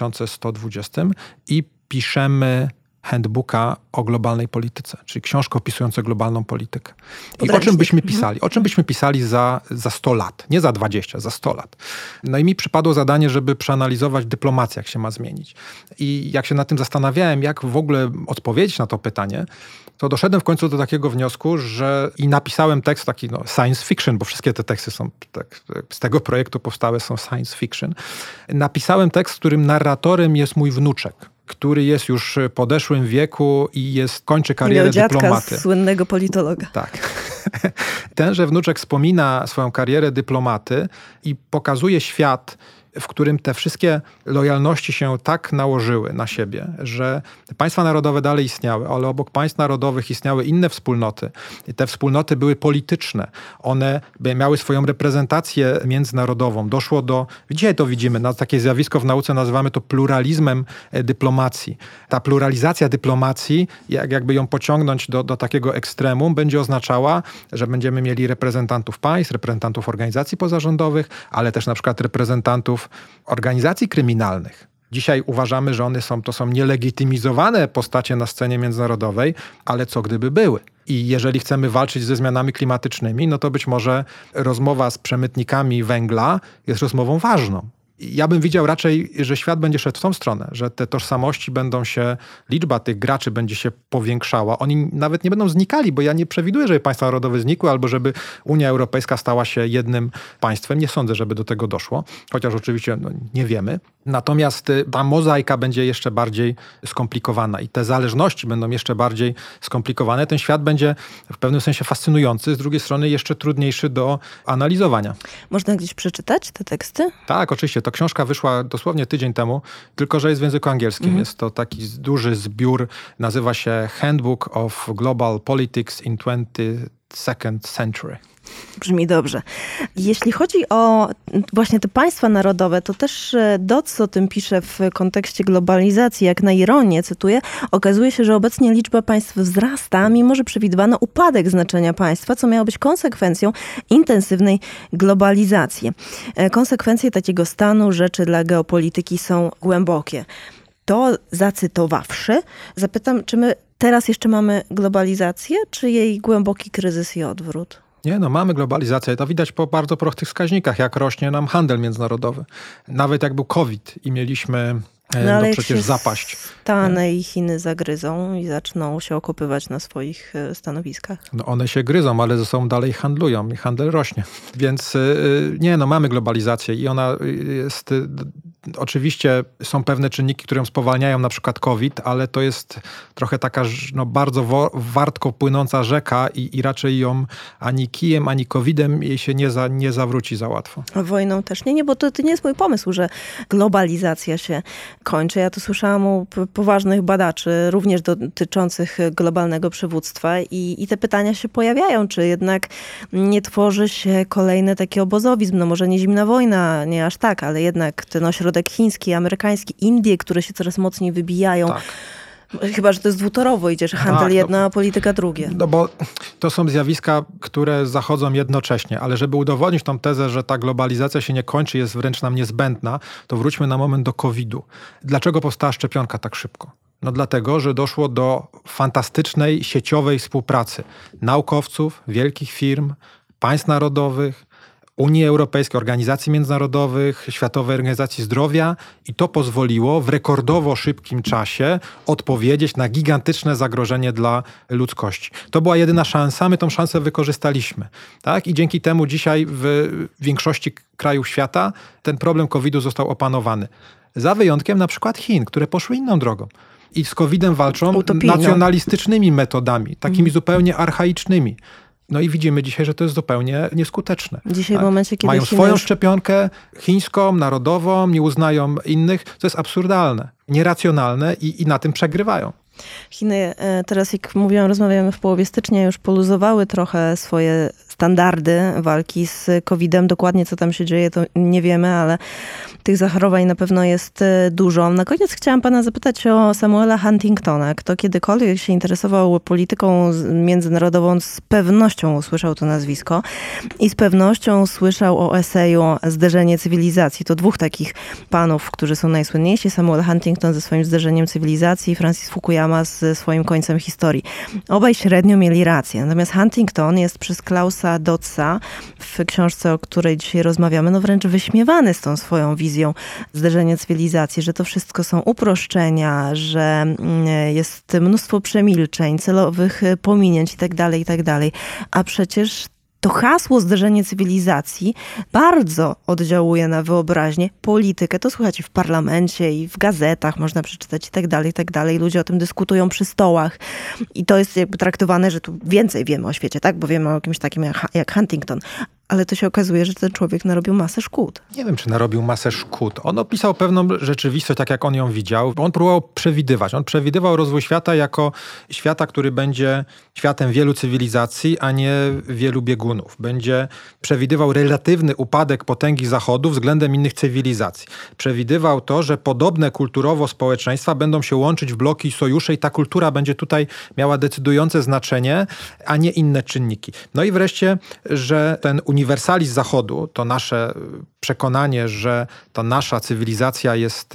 2120 i piszemy handbooka o globalnej polityce, czyli książkę opisującą globalną politykę. I o czym byśmy pisali? O czym byśmy pisali za 100 lat? Nie za 20, za 100 lat. No i mi przypadło zadanie, żeby przeanalizować dyplomację, jak się ma zmienić. I jak się nad tym zastanawiałem, jak w ogóle odpowiedzieć na to pytanie, to doszedłem w końcu do takiego wniosku, że i napisałem tekst taki science fiction, bo wszystkie te teksty są z tego projektu powstałe są science fiction. Napisałem tekst, w którym narratorem jest mój wnuczek, który jest już w podeszłym wieku i kończy karierę dyplomaty. Słynnego politologa. Tak. Tenże wnuczek wspomina swoją karierę dyplomaty i pokazuje świat, w którym te wszystkie lojalności się tak nałożyły na siebie, że państwa narodowe dalej istniały, ale obok państw narodowych istniały inne wspólnoty. I te wspólnoty były polityczne. One miały swoją reprezentację międzynarodową. Doszło do, dzisiaj to widzimy, takie zjawisko w nauce nazywamy to pluralizmem dyplomacji. Ta pluralizacja dyplomacji, jakby ją pociągnąć do takiego ekstremum, będzie oznaczała, że będziemy mieli reprezentantów państw, reprezentantów organizacji pozarządowych, ale też na przykład reprezentantów organizacji kryminalnych. Dzisiaj uważamy, że to są nielegitymizowane postacie na scenie międzynarodowej, ale co gdyby były? I jeżeli chcemy walczyć ze zmianami klimatycznymi, no to być może rozmowa z przemytnikami węgla jest rozmową ważną. Ja bym widział raczej, że świat będzie szedł w tą stronę, że te tożsamości liczba tych graczy będzie się powiększała. Oni nawet nie będą znikali, bo ja nie przewiduję, żeby państwa narodowe znikły albo żeby Unia Europejska stała się jednym państwem. Nie sądzę, żeby do tego doszło, chociaż oczywiście nie wiemy. Natomiast ta mozaika będzie jeszcze bardziej skomplikowana i te zależności będą jeszcze bardziej skomplikowane. Ten świat będzie w pewnym sensie fascynujący, z drugiej strony jeszcze trudniejszy do analizowania. Można gdzieś przeczytać te teksty? Tak, oczywiście. To książka wyszła dosłownie tydzień temu, tylko że jest w języku angielskim. Jest to taki duży zbiór, nazywa się Handbook of Global Politics in 22nd Century. Brzmi dobrze. Jeśli chodzi o właśnie te państwa narodowe, to też Dodds o tym pisze w kontekście globalizacji, jak na ironię, cytuję, okazuje się, że obecnie liczba państw wzrasta, mimo że przewidywano upadek znaczenia państwa, co miało być konsekwencją intensywnej globalizacji. Konsekwencje takiego stanu rzeczy dla geopolityki są głębokie. To zacytowawszy, zapytam, czy my teraz jeszcze mamy globalizację, czy jej głęboki kryzys i odwrót? Nie, mamy globalizację. To widać po bardzo prostych wskaźnikach, jak rośnie nam handel międzynarodowy. Nawet jak był COVID i mieliśmy przecież zapaść. Stany i Chiny zagryzą i zaczną się okopywać na swoich stanowiskach. One się gryzą, ale ze sobą dalej handlują i handel rośnie. Więc mamy globalizację i ona jest Oczywiście są pewne czynniki, które ją spowalniają, na przykład COVID, ale to jest trochę taka bardzo wartko płynąca rzeka i raczej ją ani kijem, ani COVID-em jej się nie zawróci za łatwo. A wojną też nie, bo to nie jest mój pomysł, że globalizacja się kończy. Ja to słyszałam u poważnych badaczy, również dotyczących globalnego przywództwa i te pytania się pojawiają, czy jednak nie tworzy się kolejny taki obozowizm, no może nie zimna wojna, nie aż tak, ale jednak ten ośrodek chiński, amerykański, Indie, które się coraz mocniej wybijają. Tak. Chyba, że to jest dwutorowo, idzie, że handel jedno, a polityka drugie. No bo to są zjawiska, które zachodzą jednocześnie, ale żeby udowodnić tą tezę, że ta globalizacja się nie kończy, jest wręcz nam niezbędna, to wróćmy na moment do COVID-u. Dlaczego powstała szczepionka tak szybko? No dlatego, że doszło do fantastycznej sieciowej współpracy naukowców, wielkich firm, państw narodowych, Unii Europejskiej, organizacji międzynarodowych, Światowej Organizacji Zdrowia i to pozwoliło w rekordowo szybkim czasie odpowiedzieć na gigantyczne zagrożenie dla ludzkości. To była jedyna szansa, my tą szansę wykorzystaliśmy. Tak? I dzięki temu dzisiaj w większości krajów świata ten problem COVID-u został opanowany. Za wyjątkiem na przykład Chin, które poszły inną drogą. I z COVID-em walczą nacjonalistycznymi metodami, takimi zupełnie archaicznymi. No i widzimy dzisiaj, że to jest zupełnie nieskuteczne. Dzisiaj w momencie, kiedy mają swoją szczepionkę chińską, narodową, nie uznają innych, co jest absurdalne, nieracjonalne i na tym przegrywają. Chiny teraz, jak mówiłam, rozmawiamy w połowie stycznia, już poluzowały trochę swoje standardy walki z COVID-em. Dokładnie co tam się dzieje, to nie wiemy, ale tych zachorowań na pewno jest dużo. Na koniec chciałam pana zapytać o Samuela Huntingtona. Kto kiedykolwiek się interesował polityką międzynarodową, z pewnością usłyszał to nazwisko i z pewnością słyszał o eseju Zderzenie cywilizacji. To dwóch takich panów, którzy są najsłynniejsi. Samuel Huntington ze swoim Zderzeniem cywilizacji i Francis Fukuyama ze swoim Końcem historii. Obaj średnio mieli rację. Natomiast Huntington jest przez Klausa Dodsa w książce, o której dzisiaj rozmawiamy, wręcz wyśmiewany z tą swoją wizją Zderzenia cywilizacji, że to wszystko są uproszczenia, że jest mnóstwo przemilczeń, celowych pominięć itd., itd. A przecież to hasło Zderzenie cywilizacji bardzo oddziałuje na wyobraźnię, politykę. To słuchajcie w parlamencie i w gazetach można przeczytać i tak dalej. Ludzie o tym dyskutują przy stołach. I to jest jakby traktowane, że tu więcej wiemy o świecie, tak? Bo wiemy o kimś takim jak Huntington. Ale to się okazuje, że ten człowiek narobił masę szkód. Nie wiem, czy narobił masę szkód. On opisał pewną rzeczywistość, tak jak on ją widział. On próbował przewidywać. On przewidywał rozwój świata jako świata, który będzie światem wielu cywilizacji, a nie wielu biegunów. Będzie przewidywał relatywny upadek potęgi Zachodu względem innych cywilizacji. Przewidywał to, że podobne kulturowo społeczeństwa będą się łączyć w bloki i sojusze i ta kultura będzie tutaj miała decydujące znaczenie, a nie inne czynniki. No i wreszcie, że ten uniwersalizm Zachodu, to nasze przekonanie, że ta nasza cywilizacja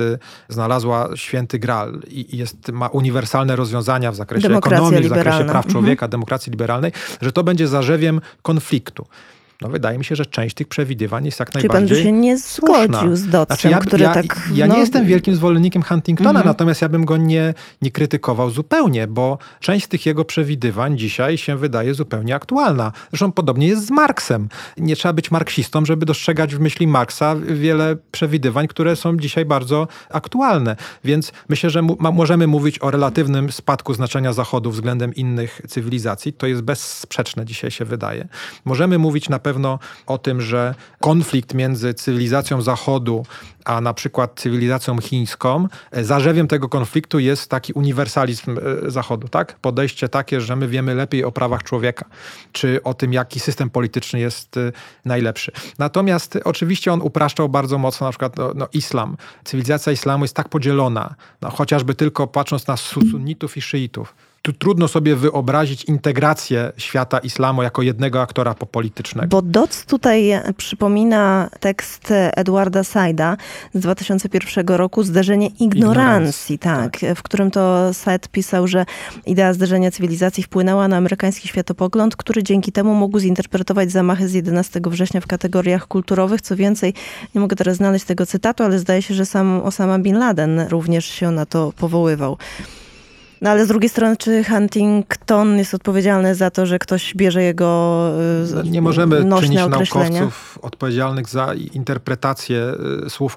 znalazła święty Graal i ma uniwersalne rozwiązania w zakresie ekonomii, w zakresie praw człowieka, demokracji liberalnej, że to będzie zarzewiem konfliktu. No wydaje mi się, że część tych przewidywań jest jak najbardziej słuszna. Czy pan by się nie zgodził z Dodsem, który tak... Ja nie jestem wielkim zwolennikiem Huntingtona, natomiast ja bym go nie krytykował zupełnie, bo część z tych jego przewidywań dzisiaj się wydaje zupełnie aktualna. Zresztą podobnie jest z Marksem. Nie trzeba być marksistą, żeby dostrzegać w myśli Marksa wiele przewidywań, które są dzisiaj bardzo aktualne. Więc myślę, że możemy mówić o relatywnym spadku znaczenia Zachodu względem innych cywilizacji. To jest bezsprzeczne, dzisiaj się wydaje. Możemy mówić na pewno o tym, że konflikt między cywilizacją Zachodu a na przykład cywilizacją chińską, zarzewiem tego konfliktu jest taki uniwersalizm Zachodu, tak? Podejście takie, że my wiemy lepiej o prawach człowieka, czy o tym, jaki system polityczny jest najlepszy. Natomiast oczywiście on upraszczał bardzo mocno na przykład islam. Cywilizacja islamu jest tak podzielona, chociażby tylko patrząc na sunnitów i szyitów. Tu trudno sobie wyobrazić integrację świata islamu jako jednego aktora politycznego. Bo Dodds tutaj przypomina tekst Edwarda Saida z 2001 roku, Zderzenie ignorancji, tak, w którym to Said pisał, że idea zderzenia cywilizacji wpłynęła na amerykański światopogląd, który dzięki temu mógł zinterpretować zamachy z 11 września w kategoriach kulturowych. Co więcej, nie mogę teraz znaleźć tego cytatu, ale zdaje się, że sam Osama Bin Laden również się na to powoływał. No ale z drugiej strony, czy Huntington jest odpowiedzialny za to, że ktoś bierze jego nie możemy czynić określenia? naukowców odpowiedzialnych za interpretację słów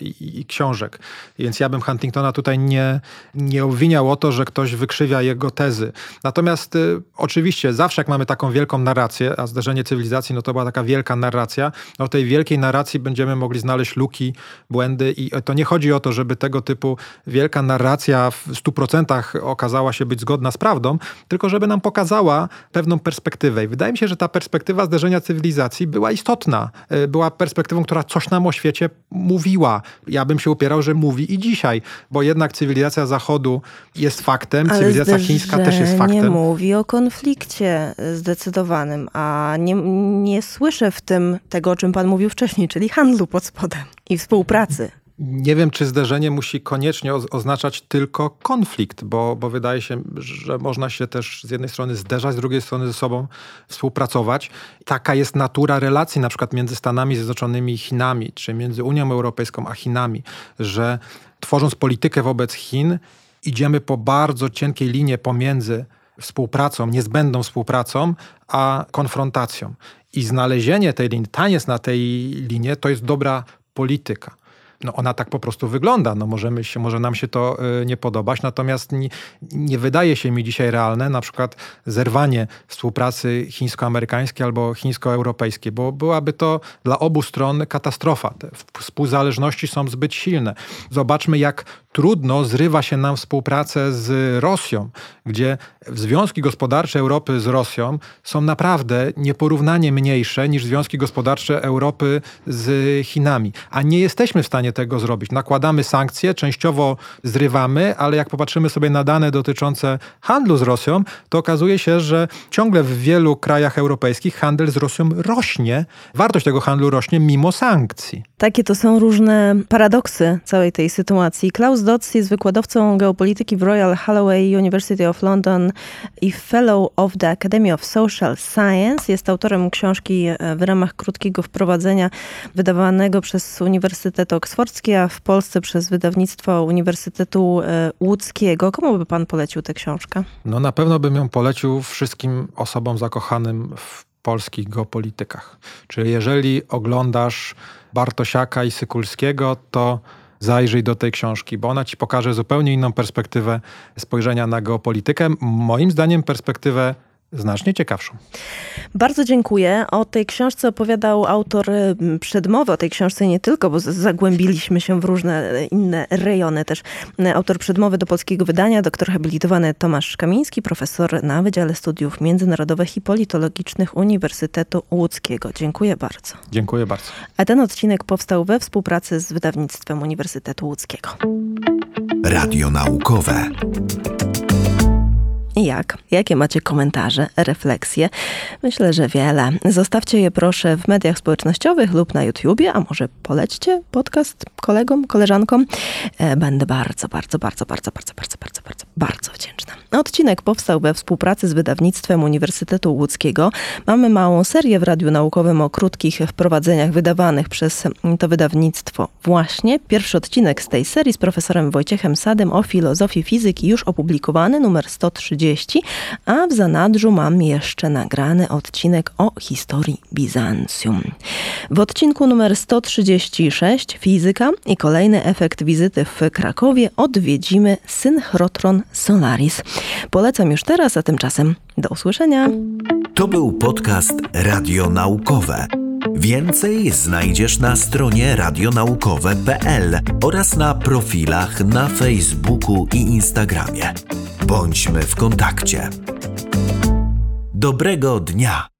i książek. Więc ja bym Huntingtona tutaj nie obwiniał o to, że ktoś wykrzywia jego tezy. Natomiast oczywiście zawsze jak mamy taką wielką narrację, a Zderzenie cywilizacji, no to była taka wielka narracja, no w tej wielkiej narracji będziemy mogli znaleźć luki, błędy i to nie chodzi o to, żeby tego typu wielka narracja w 100% okazała się być zgodna z prawdą, tylko żeby nam pokazała pewną perspektywę. I wydaje mi się, że ta perspektywa Zderzenia cywilizacji była istotna. Była perspektywą, która coś nam o świecie mówiła. Ja bym się upierał, że mówi i dzisiaj, bo jednak cywilizacja Zachodu jest faktem, ale cywilizacja chińska też jest faktem. Nie mówi o konflikcie zdecydowanym, a nie słyszę w tym tego, o czym pan mówił wcześniej, czyli handlu pod spodem i współpracy. Nie wiem, czy zderzenie musi koniecznie oznaczać tylko konflikt, bo wydaje się, że można się też z jednej strony zderzać, z drugiej strony ze sobą współpracować. Taka jest natura relacji na przykład między Stanami Zjednoczonymi i Chinami, czy między Unią Europejską a Chinami, że tworząc politykę wobec Chin, idziemy po bardzo cienkiej linie pomiędzy współpracą, niezbędną współpracą, a konfrontacją. I znalezienie tej linii, taniec na tej linie, to jest dobra polityka. No ona tak po prostu wygląda. No może nam się to nie podobać, natomiast nie wydaje się mi dzisiaj realne na przykład zerwanie współpracy chińsko-amerykańskiej albo chińsko-europejskiej, bo byłaby to dla obu stron katastrofa. Te współzależności są zbyt silne. Zobaczmy, jak trudno zrywa się nam współpracę z Rosją, gdzie związki gospodarcze Europy z Rosją są naprawdę nieporównanie mniejsze niż związki gospodarcze Europy z Chinami. A nie jesteśmy w stanie tego zrobić. Nakładamy sankcje, częściowo zrywamy, ale jak popatrzymy sobie na dane dotyczące handlu z Rosją, to okazuje się, że ciągle w wielu krajach europejskich handel z Rosją rośnie. Wartość tego handlu rośnie mimo sankcji. Takie to są różne paradoksy całej tej sytuacji. Klaus Dodds jest wykładowcą geopolityki w Royal Holloway University of London i Fellow of the Academy of Social Science. Jest autorem książki w ramach krótkiego wprowadzenia wydawanego przez Uniwersytet Oksfordzki, a w Polsce przez wydawnictwo Uniwersytetu Łódzkiego. Komu by pan polecił tę książkę? No na pewno bym ją polecił wszystkim osobom zakochanym w polskich geopolitykach. Czyli jeżeli oglądasz Bartosiaka i Sykulskiego, to zajrzyj do tej książki, bo ona ci pokaże zupełnie inną perspektywę spojrzenia na geopolitykę. Moim zdaniem perspektywę znacznie ciekawszą. Bardzo dziękuję. O tej książce opowiadał autor przedmowy, o tej książce nie tylko, bo zagłębiliśmy się w różne inne rejony też. Autor przedmowy do polskiego wydania, doktor habilitowany Tomasz Kamiński, profesor na Wydziale Studiów Międzynarodowych i Politologicznych Uniwersytetu Łódzkiego. Dziękuję bardzo. Dziękuję bardzo. A ten odcinek powstał we współpracy z wydawnictwem Uniwersytetu Łódzkiego. Radio naukowe. I jak? Jakie macie komentarze, refleksje? Myślę, że wiele. Zostawcie je proszę w mediach społecznościowych lub na YouTubie, a może polećcie podcast kolegom, koleżankom. Będę bardzo wdzięczna. Odcinek powstał we współpracy z wydawnictwem Uniwersytetu Łódzkiego. Mamy małą serię w Radiu Naukowym o krótkich wprowadzeniach wydawanych przez to wydawnictwo właśnie. Pierwszy odcinek z tej serii z profesorem Wojciechem Sadem o filozofii fizyki już opublikowany, numer 130, a w zanadrzu mam jeszcze nagrany odcinek o historii Bizancjum. W odcinku numer 136 fizyka i kolejny efekt wizyty w Krakowie odwiedzimy synchrotron Solaris. Polecam już teraz, a tymczasem do usłyszenia. To był podcast Radio Naukowe. Więcej znajdziesz na stronie radionaukowe.pl oraz na profilach na Facebooku i Instagramie. Bądźmy w kontakcie. Dobrego dnia!